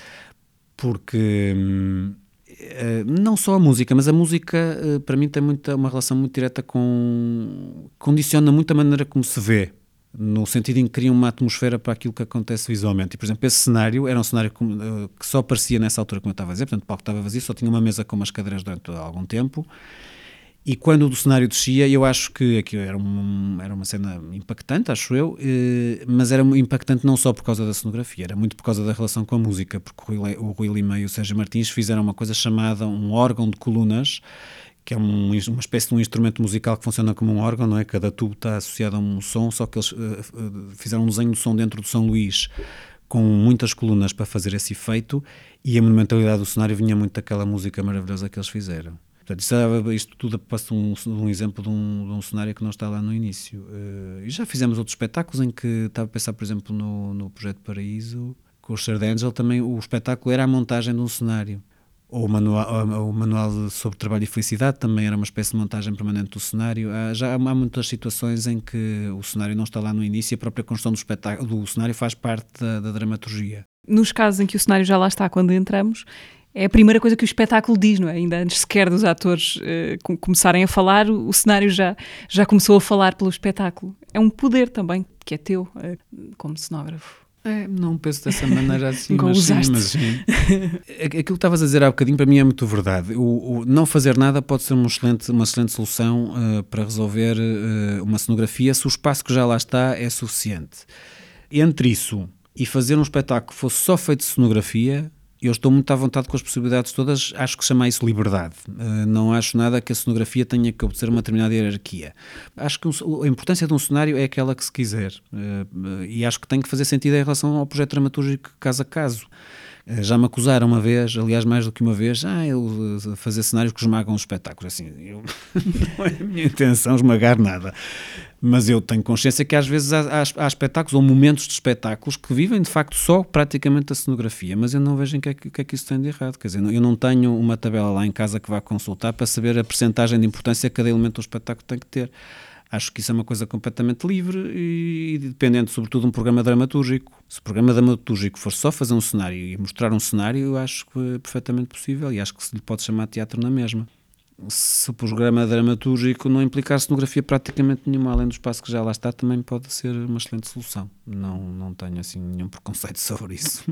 Porque hum, é, não só a música, mas a música para mim tem muita, uma relação muito direta com... condiciona muito a maneira como se vê, no sentido em que cria uma atmosfera para aquilo que acontece visualmente. E, por exemplo, esse cenário era um cenário que só aparecia nessa altura, como eu estava a dizer, portanto o palco estava vazio, só tinha uma mesa com umas cadeiras durante algum tempo. E quando o cenário descia, eu acho que aquilo era, um, era uma cena impactante, acho eu, eh, mas era impactante não só por causa da cenografia, era muito por causa da relação com a música, porque o Rui, o Rui Lima e o Sérgio Martins fizeram uma coisa chamada um órgão de colunas, que é um, uma espécie de um instrumento musical que funciona como um órgão, não é? Cada tubo está associado a um som, só que eles uh, uh, fizeram um desenho de som dentro do São Luís, com muitas colunas para fazer esse efeito, e a monumentalidade do cenário vinha muito daquela música maravilhosa que eles fizeram. Portanto, isto, isto tudo passa um, um exemplo de um, de um cenário que não está lá no início. Uh, e já fizemos outros espetáculos em que estava a pensar, por exemplo, no, no Projeto Paraíso, com o Sr. Angel, também o espetáculo era a montagem de um cenário. Ou o manual, o manual sobre trabalho e felicidade também era uma espécie de montagem permanente do cenário. Há, já há muitas situações em que o cenário não está lá no início e a própria construção do, espetáculo, do cenário faz parte da, da dramaturgia. Nos casos em que o cenário já lá está quando entramos, é a primeira coisa que o espetáculo diz, não é? Ainda antes sequer dos atores uh, começarem a falar, o, o cenário já, já começou a falar pelo espetáculo. É um poder também que é teu, uh, como cenógrafo. É, não penso dessa maneira assim, Nunca mas sim, usaste. mas sim. Aquilo que estavas a dizer há bocadinho para mim é muito verdade. O, o não fazer nada pode ser uma excelente, uma excelente solução uh, para resolver uh, uma cenografia se o espaço que já lá está é suficiente. Entre isso e fazer um espetáculo que fosse só feito de cenografia, eu estou muito à vontade com as possibilidades todas, acho que chama isso liberdade. Uh, não acho nada que a cenografia tenha que obedecer uma determinada hierarquia. Acho que um, a importância de um cenário é aquela que se quiser. Uh, e acho que tem que fazer sentido em relação ao projeto dramatúrgico caso a caso. Uh, já me acusaram uma vez, aliás mais do que uma vez, ah, eu uh, fazer cenários que esmagam os espetáculos. Assim, eu, não é a minha intenção esmagar nada. Mas eu tenho consciência que às vezes há, há, há espetáculos ou momentos de espetáculos que vivem de facto só praticamente da cenografia, mas eu não vejo em que é que, que é que isso tem de errado. Quer dizer, eu não tenho uma tabela lá em casa que vá consultar para saber a percentagem de importância que cada elemento do espetáculo tem que ter. Acho que isso é uma coisa completamente livre e dependente sobretudo de um programa dramatúrgico. Se o programa dramatúrgico for só fazer um cenário e mostrar um cenário, eu acho que é perfeitamente possível e acho que se lhe pode chamar teatro na mesma. Se o programa dramatúrgico não implicar cenografia praticamente nenhuma, além do espaço que já lá está, também pode ser uma excelente solução. Não, não tenho assim nenhum preconceito sobre isso.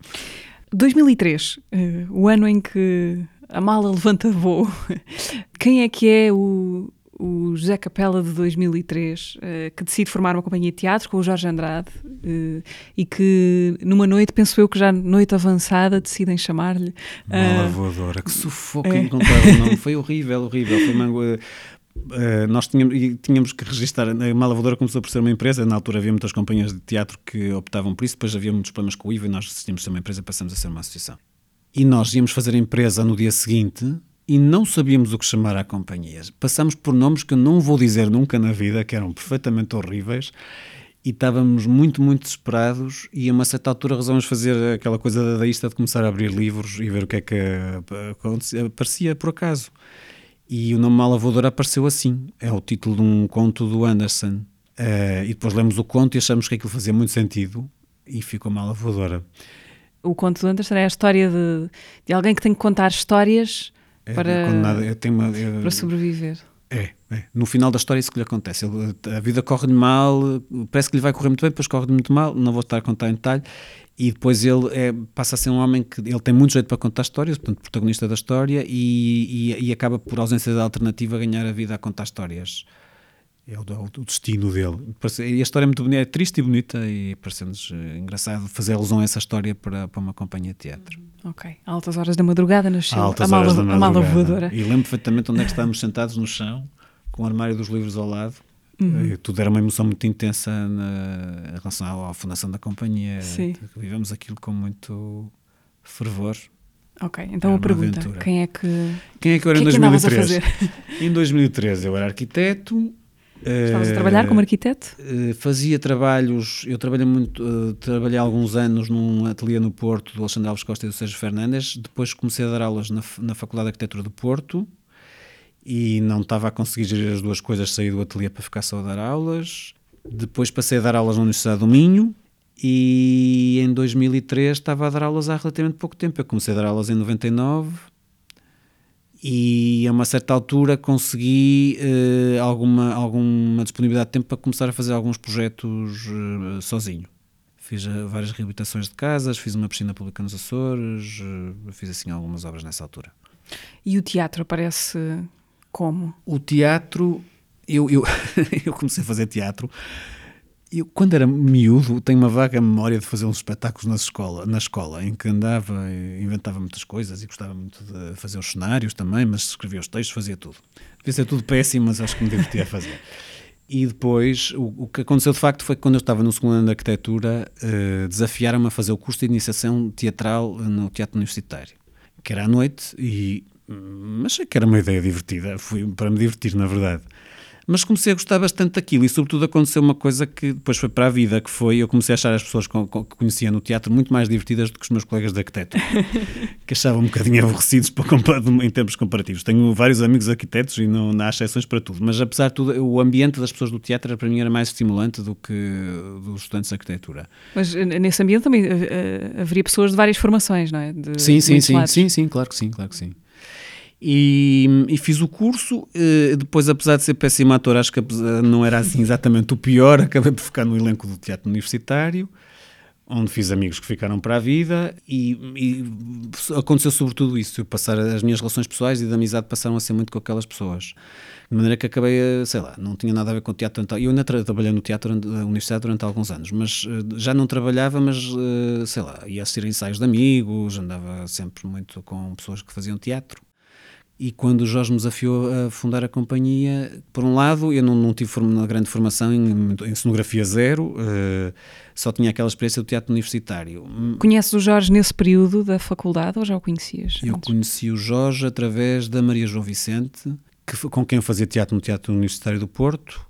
dois mil e três, uh, o ano em que a mala levanta voo. Quem é que é o, o José Capela de dois mil e três, uh, que decide formar uma companhia de teatro com o Jorge Andrade uh, e que numa noite, penso eu que já noite avançada, decidem chamar-lhe... Mala uh, voadora, que sufoco é. encontrar o nome. Foi horrível, horrível. Foi uma... Uh, nós tínhamos, tínhamos que registrar, a Mala Voadora começou por ser uma empresa, na altura havia muitas companhias de teatro que optavam por isso, depois havia muitos problemas com o I V A e nós decidimos ser uma empresa e passamos a ser uma associação. E nós íamos fazer a empresa no dia seguinte e não sabíamos o que chamar à companhia. Passámos por nomes que eu não vou dizer nunca na vida, que eram perfeitamente horríveis, e estávamos muito, muito desesperados e a uma certa altura resolvemos fazer aquela coisa dadaísta de começar a abrir livros e ver o que é que aparecia por acaso. E o nome Mala Voadora apareceu assim, é o título de um conto do Anderson. Uh, e depois lemos o conto e achamos que aquilo fazia muito sentido e ficou Mala Voadora. O conto do Anderson é a história de, de alguém que tem que contar histórias é, para, nada, eu tenho uma, eu, para sobreviver. É, é, no final da história é isso que lhe acontece. Ele, a vida corre-lhe mal, parece que lhe vai correr muito bem, depois corre-lhe muito mal, não vou estar a contar em detalhe. E depois ele é, passa a ser um homem que ele tem muito jeito para contar histórias, portanto, protagonista da história, e, e, e acaba por ausência de alternativa a ganhar a vida a contar histórias. É o, o destino dele. E a história é muito bonita, é triste e bonita, e parece-nos engraçado fazer alusão a essa história para, para uma companhia de teatro. Ok. A altas horas da madrugada nasceu Altas a, mala, horas da a Mala Voadora. E lembro perfeitamente onde é que estávamos sentados no chão, com o armário dos livros ao lado. Uhum. Tudo era uma emoção muito intensa na, em relação à, à fundação da companhia. Sim. Vivemos aquilo com muito fervor. Ok, então a pergunta, aventura. quem é que Quem é que eu era que em é dois mil e três? Que andavas a fazer? Em dois mil e três eu era arquiteto. Estavas uh, a trabalhar como arquiteto? Uh, fazia trabalhos, eu trabalhei muito, uh, trabalhei há alguns anos num ateliê no Porto do Alexandre Alves Costa e do Sérgio Fernandes. Depois comecei a dar aulas na, na Faculdade de Arquitetura do Porto. E não estava a conseguir gerir as duas coisas, saí do ateliê para ficar só a dar aulas. Depois passei a dar aulas na Universidade do Minho e em dois mil e três estava a dar aulas há relativamente pouco tempo. Eu comecei a dar aulas em noventa e nove e a uma certa altura consegui uh, alguma, alguma disponibilidade de tempo para começar a fazer alguns projetos uh, sozinho. Fiz uh, várias reabilitações de casas, fiz uma piscina pública nos Açores, uh, fiz assim algumas obras nessa altura. E o teatro aparece como? O teatro, eu, eu, eu comecei a fazer teatro, eu quando era miúdo tenho uma vaga memória de fazer uns espetáculos na escola, na escola em que andava, inventava muitas coisas e gostava muito de fazer os cenários também, mas escrevia os textos, fazia tudo. Devia ser tudo péssimo, mas acho que me divertia a fazer. E depois, o, o que aconteceu de facto foi que quando eu estava no segundo ano de arquitetura, uh, desafiaram-me a fazer o curso de iniciação teatral no teatro universitário, que era à noite, e mas achei que era uma ideia divertida, fui para me divertir na verdade, mas comecei a gostar bastante daquilo e sobretudo aconteceu uma coisa que depois foi para a vida, que foi, eu comecei a achar as pessoas que conhecia no teatro muito mais divertidas do que os meus colegas de arquitetura, que achavam um bocadinho aborrecidos para, em termos comparativos. Tenho vários amigos arquitetos e não, não há exceções para tudo, mas apesar de tudo, o ambiente das pessoas do teatro para mim era mais estimulante do que dos estudantes de arquitetura. Mas nesse ambiente também uh, haveria pessoas de várias formações, não é? De, sim, sim, de sim, sim, sim, claro que sim, claro que sim. E, e fiz o curso, depois apesar de ser péssimo ator, acho que não era assim exatamente o pior, acabei por ficar no elenco do teatro universitário, onde fiz amigos que ficaram para a vida e, e aconteceu sobretudo isso, eu passar as minhas relações pessoais e de amizade passaram a ser muito com aquelas pessoas. De maneira que acabei, sei lá, não tinha nada a ver com o teatro. Eu ainda tra- trabalhei no teatro da universidade durante alguns anos, mas uh, já não trabalhava, mas, uh, sei lá, ia assistir a ensaios de amigos, andava sempre muito com pessoas que faziam teatro. E quando o Jorge me desafiou a fundar a companhia, por um lado, eu não, não tive uma grande formação em, em cenografia zero, uh, só tinha aquela experiência do teatro universitário. Conheces o Jorge nesse período da faculdade ou já o conhecias? Eu antes? conheci o Jorge através da Maria João Vicente, que, com quem eu fazia teatro no Teatro Universitário do Porto,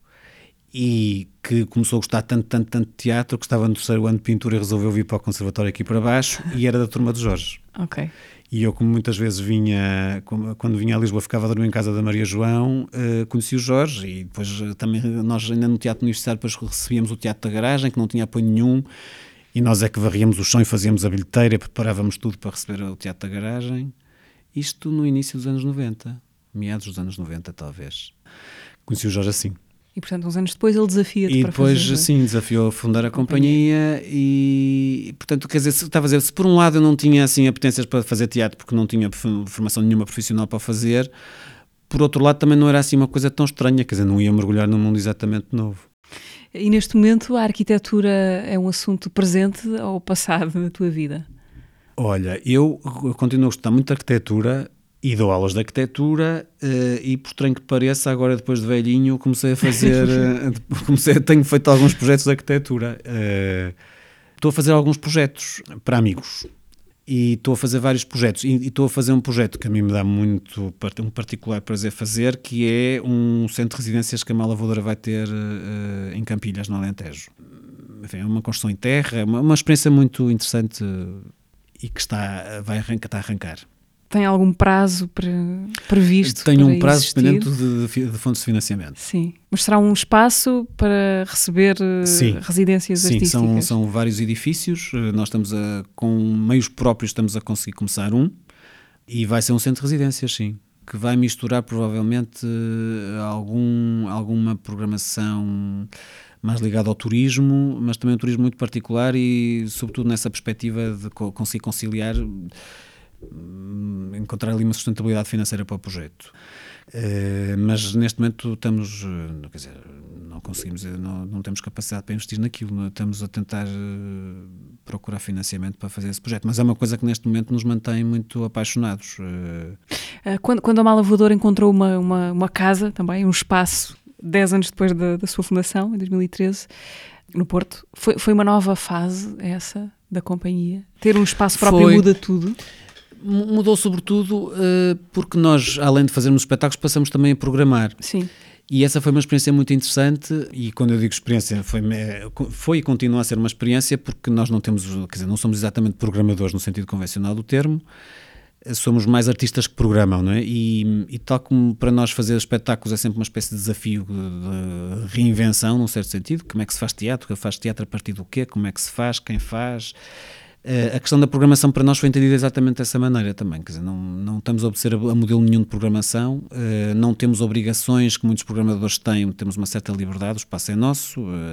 e que começou a gostar tanto, tanto, tanto de teatro, que estava no terceiro ano de pintura e resolveu vir para o conservatório aqui para baixo, e era da turma de Jorge. Ok. E eu, como muitas vezes vinha, quando vinha a Lisboa, ficava a dormir em casa da Maria João, uh, conheci o Jorge, e depois uh, também nós ainda no Teatro Universitário depois recebíamos o Teatro da Garagem, que não tinha apoio nenhum, e nós é que varríamos o chão e fazíamos a bilheteira, preparávamos tudo para receber o Teatro da Garagem. Isto no início dos anos noventa, meados dos anos noventa talvez. Conheci o Jorge assim. E portanto, uns anos depois ele desafia-te E para depois, fazer... sim, desafiou a fundar a companhia, companhia e, portanto, quer dizer, se, estava a dizer, se por um lado eu não tinha, assim, apetências para fazer teatro, porque não tinha formação nenhuma profissional para fazer, por outro lado também não era, assim, uma coisa tão estranha, quer dizer, não ia mergulhar num mundo exatamente novo. E neste momento a arquitetura é um assunto presente ou passado da tua vida? Olha, eu continuo a gostar muito de arquitetura, e dou aulas de arquitetura uh, e, por estranho que pareça, agora depois de velhinho comecei a fazer, uh, comecei, tenho feito alguns projetos de arquitetura. Uh, estou a fazer alguns projetos para amigos e estou a fazer vários projetos e, e estou a fazer um projeto que a mim me dá muito, um particular prazer fazer, que é um centro de residências que a Mala Voadora vai ter uh, em Campilhas, no Alentejo. Enfim, é uma construção em terra, uma, uma experiência muito interessante e que está, vai arrancar, está a arrancar. Tem algum prazo pre, previsto? Tenho para um prazo existir? dependente de, de, de fontes de financiamento. Sim. Mas será um espaço para receber Sim. residências Sim, artísticas? Sim, são, são vários edifícios. Nós estamos a, com meios próprios, estamos a conseguir começar um. E vai ser um centro de residências, sim. Que vai misturar provavelmente algum, alguma programação mais ligada ao turismo, mas também um turismo muito particular e, sobretudo, nessa perspectiva de conseguir conciliar... encontrar ali uma sustentabilidade financeira para o projeto. Uh, mas neste momento estamos, uh, quer dizer, não conseguimos, não, não temos capacidade para investir naquilo, não, estamos a tentar uh, procurar financiamento para fazer esse projeto, mas é uma coisa que neste momento nos mantém muito apaixonados. Uh, uh, quando, quando a Mala Voadora encontrou uma, uma, uma casa também, um espaço, dez anos depois da, da sua fundação, em dois mil e treze, no Porto, foi, foi uma nova fase essa da companhia? Ter um espaço próprio foi. Muda tudo? Mudou sobretudo uh, porque nós, além de fazermos espetáculos, passamos também a programar. Sim. E essa foi uma experiência muito interessante e quando eu digo experiência, foi, foi e continua a ser uma experiência porque nós não temos, quer dizer, não somos exatamente programadores no sentido convencional do termo, somos mais artistas que programam, não é? E, e tal como para nós fazer espetáculos é sempre uma espécie de desafio de reinvenção, num certo sentido, como é que se faz teatro, que faz teatro a partir do quê, como é que se faz, quem faz... Uh, a questão da programação para nós foi entendida exatamente dessa maneira também, quer dizer, não, não estamos a obedecer a, a modelo nenhum de programação, uh, não temos obrigações que muitos programadores têm, temos uma certa liberdade, o espaço é nosso uh,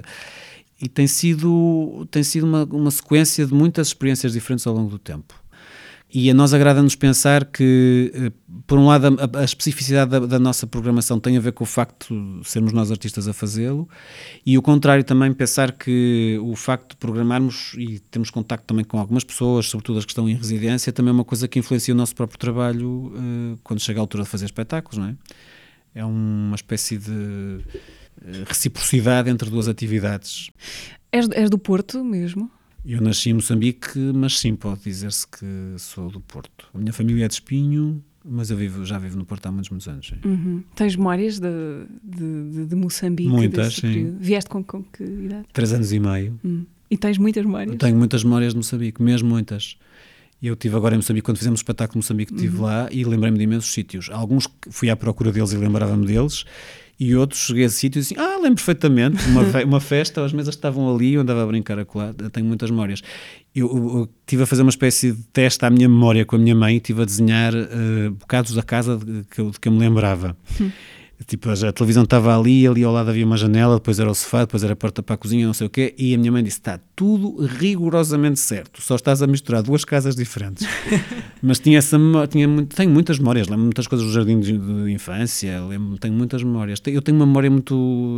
e tem sido, tem sido uma, uma sequência de muitas experiências diferentes ao longo do tempo. E a nós agrada-nos pensar que, por um lado, a, a especificidade da, da nossa programação tem a ver com o facto de sermos nós artistas a fazê-lo, e o contrário também, pensar que o facto de programarmos e temos contacto também com algumas pessoas, sobretudo as que estão em residência, também é uma coisa que influencia o nosso próprio trabalho uh, quando chega a altura de fazer espetáculos, não é? É uma espécie de reciprocidade entre duas atividades. És, és do Porto mesmo? Eu nasci em Moçambique, mas sim, pode dizer-se que sou do Porto. A minha família é de Espinho, mas eu vivo, já vivo no Porto há muitos, muitos anos. Uhum. Tens memórias de, de, de, de Moçambique? Muitas, sim. Período? Vieste com, com que idade? Três anos e meio. Hum. E tens muitas memórias? Eu tenho muitas memórias de Moçambique, mesmo muitas. Eu estive agora em Moçambique, quando fizemos o espetáculo de Moçambique, estive uhum. lá e lembrei-me de imensos sítios. Alguns fui à procura deles e lembrava-me deles, e outros cheguei a sítios e assim, ah, lembro perfeitamente, uma, fe- uma festa, as mesas estavam ali, eu andava a brincar a colar, eu tenho muitas memórias. Eu, eu, eu estive a fazer uma espécie de teste à minha memória com a minha mãe, estive a desenhar uh, bocados da casa de que, eu, de que eu me lembrava. Hum. Tipo, a televisão estava ali, ali ao lado havia uma janela, depois era o sofá, depois era a porta para a cozinha, não sei o quê, e a minha mãe disse, está tudo rigorosamente certo, só estás a misturar duas casas diferentes. Mas tinha essa memória, tinha muito, tenho muitas memórias, lembro muitas coisas do jardim de, de infância, lembro, tenho muitas memórias. Eu tenho uma memória muito...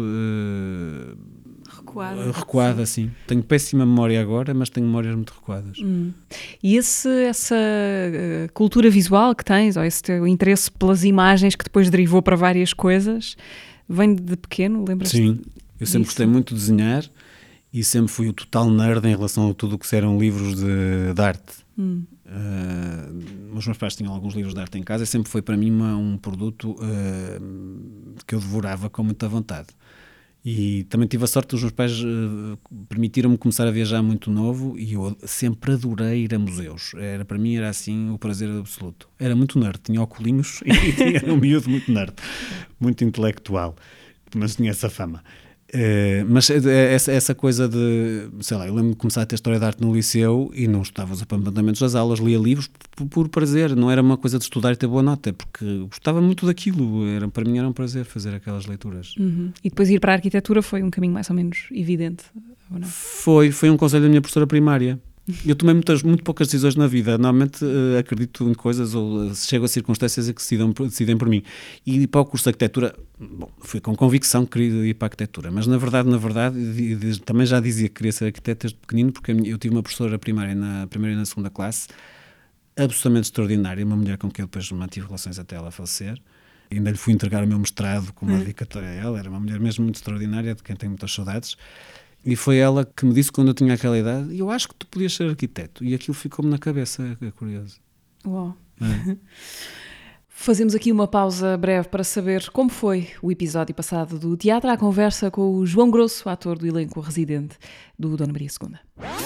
Uh, recuada. Recuada, sim. sim. Tenho péssima memória agora, mas tenho memórias muito recuadas. Hum. E esse, essa uh, cultura visual que tens, ou esse teu interesse pelas imagens que depois derivou para várias coisas, vem de pequeno, lembras-te? Sim, eu sempre disso? gostei muito de desenhar e sempre fui o total nerd em relação a tudo o que eram livros de, de arte. Hum. Uh, os meus pais tinham alguns livros de arte em casa e sempre foi para mim uma, um produto uh, que eu devorava com muita vontade. E também tive a sorte dos meus pais uh, permitiram-me começar a viajar muito novo e eu sempre adorei ir a museus. Era, para mim era assim o prazer absoluto. Era muito nerd, tinha óculinhos e era um miúdo muito nerd, muito intelectual, mas tinha essa fama. Uh, mas essa, essa coisa de, sei lá, eu lembro de começar a ter História da Arte no liceu e não estudava os apontamentos das aulas, lia livros por, por prazer, não era uma coisa de estudar e ter boa nota, porque gostava muito daquilo, era, para mim era um prazer fazer aquelas leituras. Uhum. E depois ir para a arquitetura foi um caminho mais ou menos evidente, ou não? Foi, foi um conselho da minha professora primária. Eu tomei muitas, muito poucas decisões na vida. Normalmente uh, acredito em coisas ou uh, chego a circunstâncias que decidam, decidem por mim. E para o curso de arquitetura, bom, fui com convicção que queria ir para a arquitetura. Mas na verdade, na verdade, também já dizia que queria ser arquiteto desde pequenino, porque eu tive uma professora primária na primeira e na segunda classe, absolutamente extraordinária, uma mulher com quem eu depois mantive relações até ela falecer. E ainda lhe fui entregar o meu mestrado com uma hum. dedicatória a ela. Era uma mulher mesmo muito extraordinária, de quem tenho muitas saudades. E foi ela que me disse quando eu tinha aquela idade, eu acho que tu podias ser arquiteto. E aquilo ficou-me na cabeça, é curioso. Uau. É. Fazemos aqui uma pausa breve para saber como foi o episódio passado do Teatro à Conversa com o João Grosso, ator do elenco residente do Dona Maria segunda.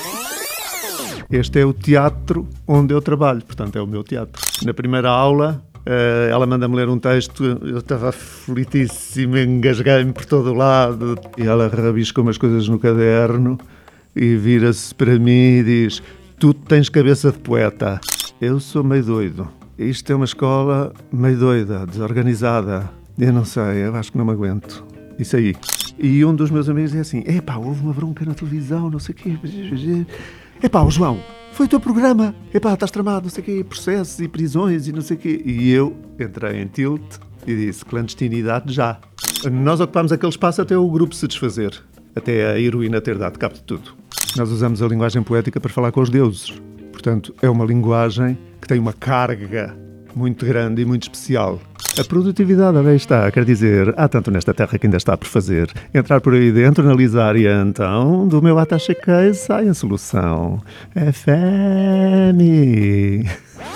Este é o teatro onde eu trabalho, portanto é o meu teatro. Na primeira aula... Uh, ela manda-me ler um texto, eu estava aflitíssimo, engasguei-me por todo o lado e ela rabisca umas coisas no caderno e vira-se para mim e diz: tu tens cabeça de poeta. Eu sou meio doido. Isto é uma escola meio doida, desorganizada. Eu não sei, eu acho que não me aguento. Isso aí. E um dos meus amigos diz assim: epá, houve uma bronca na televisão, não sei o quê. Epá, o João, foi o teu programa. Epá, estás tramado, não sei o quê, processos e prisões e não sei o quê. E eu entrei em tilt e disse: clandestinidade já. Nós ocupámos aquele espaço até o grupo se desfazer, até a heroína ter dado cabo de tudo. Nós usamos a linguagem poética para falar com os deuses. Portanto, é uma linguagem que tem uma carga muito grande e muito especial. A produtividade aí está, quer dizer, há tanto nesta terra que ainda está por fazer. Entrar por aí dentro, analisar e então, do meu attaché case sai a solução. F M.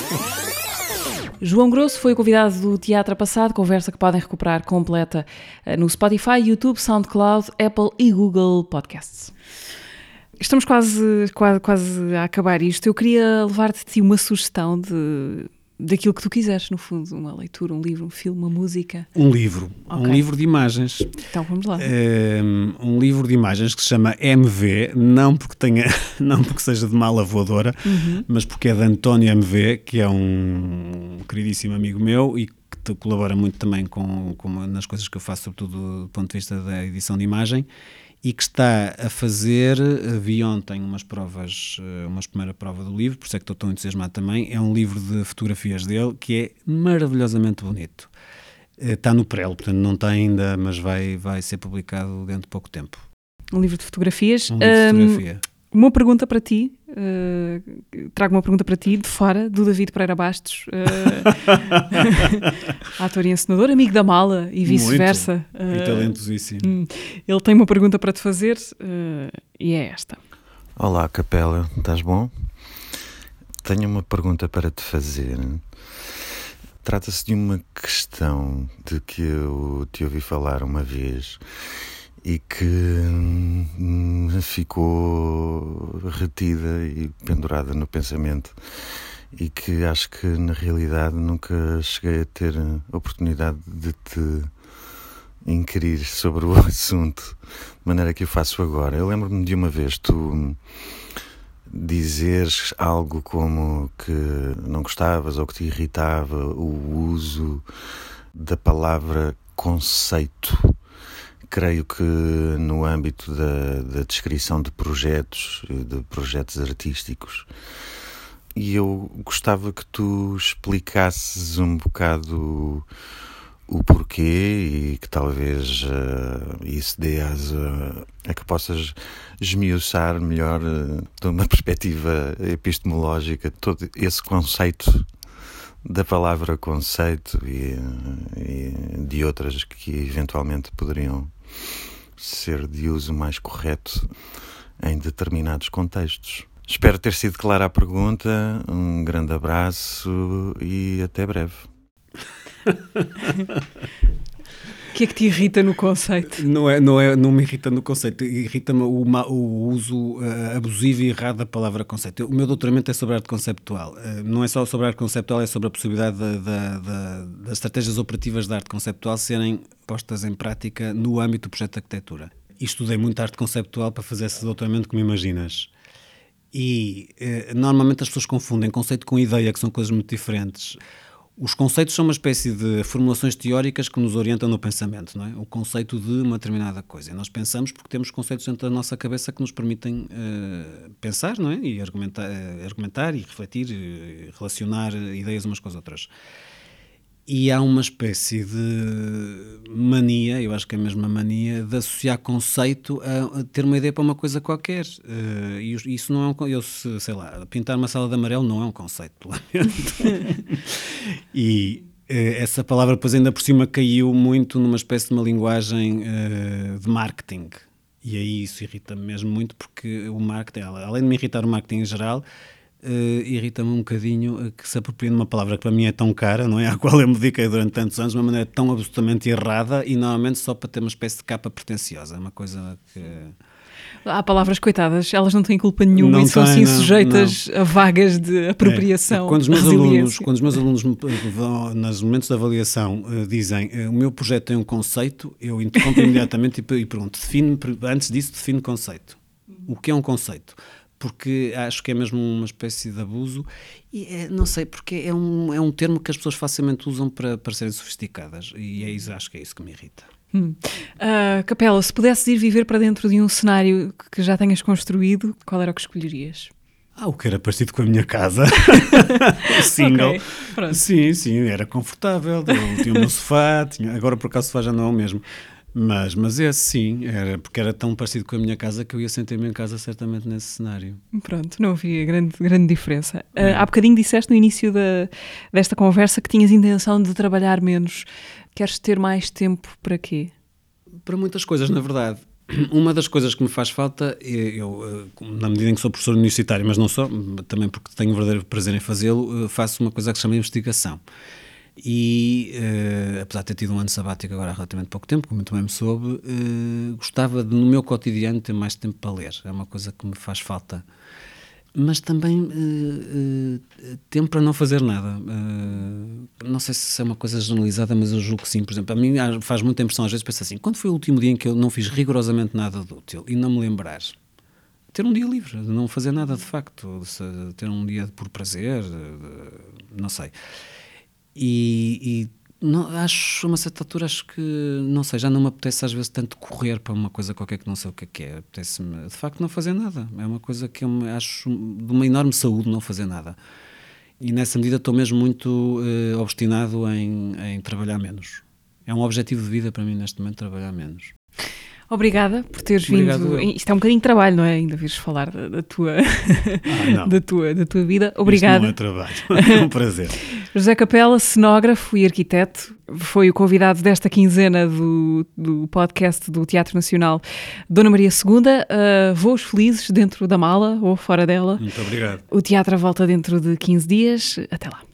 João Grosso foi o convidado do Teatro Passado, conversa que podem recuperar completa no Spotify, YouTube, SoundCloud, Apple e Google Podcasts. Estamos quase, quase, quase a acabar isto. Eu queria levar-te de ti uma sugestão de... daquilo que tu quiseres, no fundo, uma leitura, um livro, um filme, uma música. Um livro, Okay. um livro de imagens. Então vamos lá. Um, um livro de imagens que se chama M V, não porque tenha, não porque seja de mala voadora, Uhum. mas porque é de António M V, que é um queridíssimo amigo meu e que colabora muito também com, com nas coisas que eu faço, sobretudo do ponto de vista da edição de imagem, e que está a fazer, vi ontem umas provas, uma primeira prova do livro, por isso é que estou tão entusiasmado também. É um livro de fotografias dele que é maravilhosamente bonito. Está no prelo, portanto não está ainda, mas vai, vai ser publicado dentro de pouco tempo. Um livro de fotografias. Um livro de Um, fotografia. Uma pergunta para ti, uh, trago uma pergunta para ti, de fora, do David Pereira Bastos, uh, ator e encenador, amigo da mala e vice-versa. Muito, e talentosíssimo. Uh, ele tem uma pergunta para te fazer uh, e é esta. Olá, Capela, estás bom? Tenho uma pergunta para te fazer. Trata-se de uma questão de que eu te ouvi falar uma vez e que hum, ficou retida e pendurada no pensamento e que acho que na realidade nunca cheguei a ter a oportunidade de te inquirir sobre o assunto, de maneira que eu faço agora. Eu lembro-me de uma vez tu dizeres algo como que não gostavas ou que te irritava o uso da palavra conceito. Creio que no âmbito da, da descrição de projetos, de projetos artísticos, e eu gostava que tu explicasses um bocado o porquê e que talvez uh, isso dê asa a que possas esmiuçar melhor, uh, de uma perspectiva epistemológica, todo esse conceito da palavra conceito e, e de outras que eventualmente poderiam ser de uso mais correto em determinados contextos. Espero ter sido clara a pergunta. Um grande abraço e até breve. O que é que te irrita no conceito? Não, é, não, é, não me irrita no conceito, irrita-me o, o uso uh, abusivo e errado da palavra conceito. O meu doutoramento é sobre arte conceptual. Uh, não é só sobre arte conceptual, é sobre a possibilidade da, da, da, das estratégias operativas da arte conceptual serem postas em prática no âmbito do projeto de arquitetura. E estudei muito arte conceptual para fazer esse doutoramento, como imaginas. E uh, normalmente as pessoas confundem conceito com ideia, que são coisas muito diferentes. Os conceitos são uma espécie de formulações teóricas que nos orientam no pensamento, não é? O conceito de uma determinada coisa. E nós pensamos porque temos conceitos dentro da nossa cabeça que nos permitem uh, pensar, não é? E argumentar, uh, argumentar e refletir, uh, relacionar ideias umas com as outras. E há uma espécie de mania, eu acho que é mesmo a mania, de associar conceito a, a ter uma ideia para uma coisa qualquer. Uh, e isso não é um... Eu, sei lá, pintar uma sala de amarelo não é um conceito, E uh, essa palavra depois ainda por cima caiu muito numa espécie de uma linguagem uh, de marketing. E aí isso irrita-me mesmo muito, porque o marketing, além de me irritar o marketing em geral, Uh, irrita-me um bocadinho que se aproprie de uma palavra que para mim é tão cara, não é? À qual eu me dediquei durante tantos anos, de uma maneira tão absolutamente errada e normalmente só para ter uma espécie de capa pretenciosa. É uma coisa que... Há palavras, coitadas, elas não têm culpa nenhuma não e são tem, assim não, sujeitas não. a vagas de apropriação. É, quando, os meus alunos, quando os meus alunos vão, nos momentos de avaliação uh, dizem uh, o meu projeto tem um conceito, eu interrompo imediatamente e, e pergunto, define, antes disso define conceito. O que é um conceito? Porque acho que é mesmo uma espécie de abuso e é, não sei, porque é um, é um termo que as pessoas facilmente usam para, para serem sofisticadas e é isso, acho que é isso que me irrita. Hum. Uh, Capela, se pudesses ir viver para dentro de um cenário que já tenhas construído, qual era o que escolherias? Ah, o que era parecido com a minha casa. O single. Okay, sim, sim, era confortável, eu tinha o meu sofá, tinha, agora por acaso o sofá já não é o mesmo. Mas, mas esse sim, era, porque era tão parecido com a minha casa que eu ia sentir-me em casa certamente nesse cenário. Pronto, não havia grande, grande diferença. Uh, há bocadinho disseste no início da, desta conversa que tinhas intenção de trabalhar menos. Queres ter mais tempo para quê? Para muitas coisas, na verdade. Uma das coisas que me faz falta, eu, na medida em que sou professor universitário, mas não só, também porque tenho verdadeiro prazer em fazê-lo, faço uma coisa que se chama investigação. E, uh, apesar de ter tido um ano sabático agora há relativamente pouco tempo, como muito bem me soube, uh, gostava de, no meu cotidiano, ter mais tempo para ler. É uma coisa que me faz falta. Mas também uh, uh, tempo para não fazer nada. Uh, não sei se é uma coisa generalizada, mas eu julgo que sim. Por exemplo, a mim faz muita impressão, às vezes, pensar assim, quando foi o último dia em que eu não fiz rigorosamente nada de útil e não me lembrar? Ter um dia livre, não fazer nada de facto, ter um dia por prazer, não sei. E, e não, acho, a uma certa altura, acho que, não sei, já não me apetece às vezes tanto correr para uma coisa qualquer que não sei o que é que é. Apetece-me, de facto, não fazer nada. É uma coisa que eu me acho de uma enorme saúde não fazer nada. E nessa medida estou mesmo muito uh, obstinado em, em trabalhar menos. É um objetivo de vida para mim neste momento, trabalhar menos. Obrigada por teres Obrigado vindo. Eu. Isto é um bocadinho de trabalho, não é? Ainda vires falar da, da, tua, ah, da, tua, da tua vida. Obrigada. Isto não é trabalho, é um prazer. José Capela, cenógrafo e arquiteto, foi o convidado desta quinzena do, do podcast do Teatro Nacional Dona Maria segunda. Uh, voos felizes dentro da mala ou fora dela. Muito obrigado. O teatro volta dentro de quinze dias. Até lá.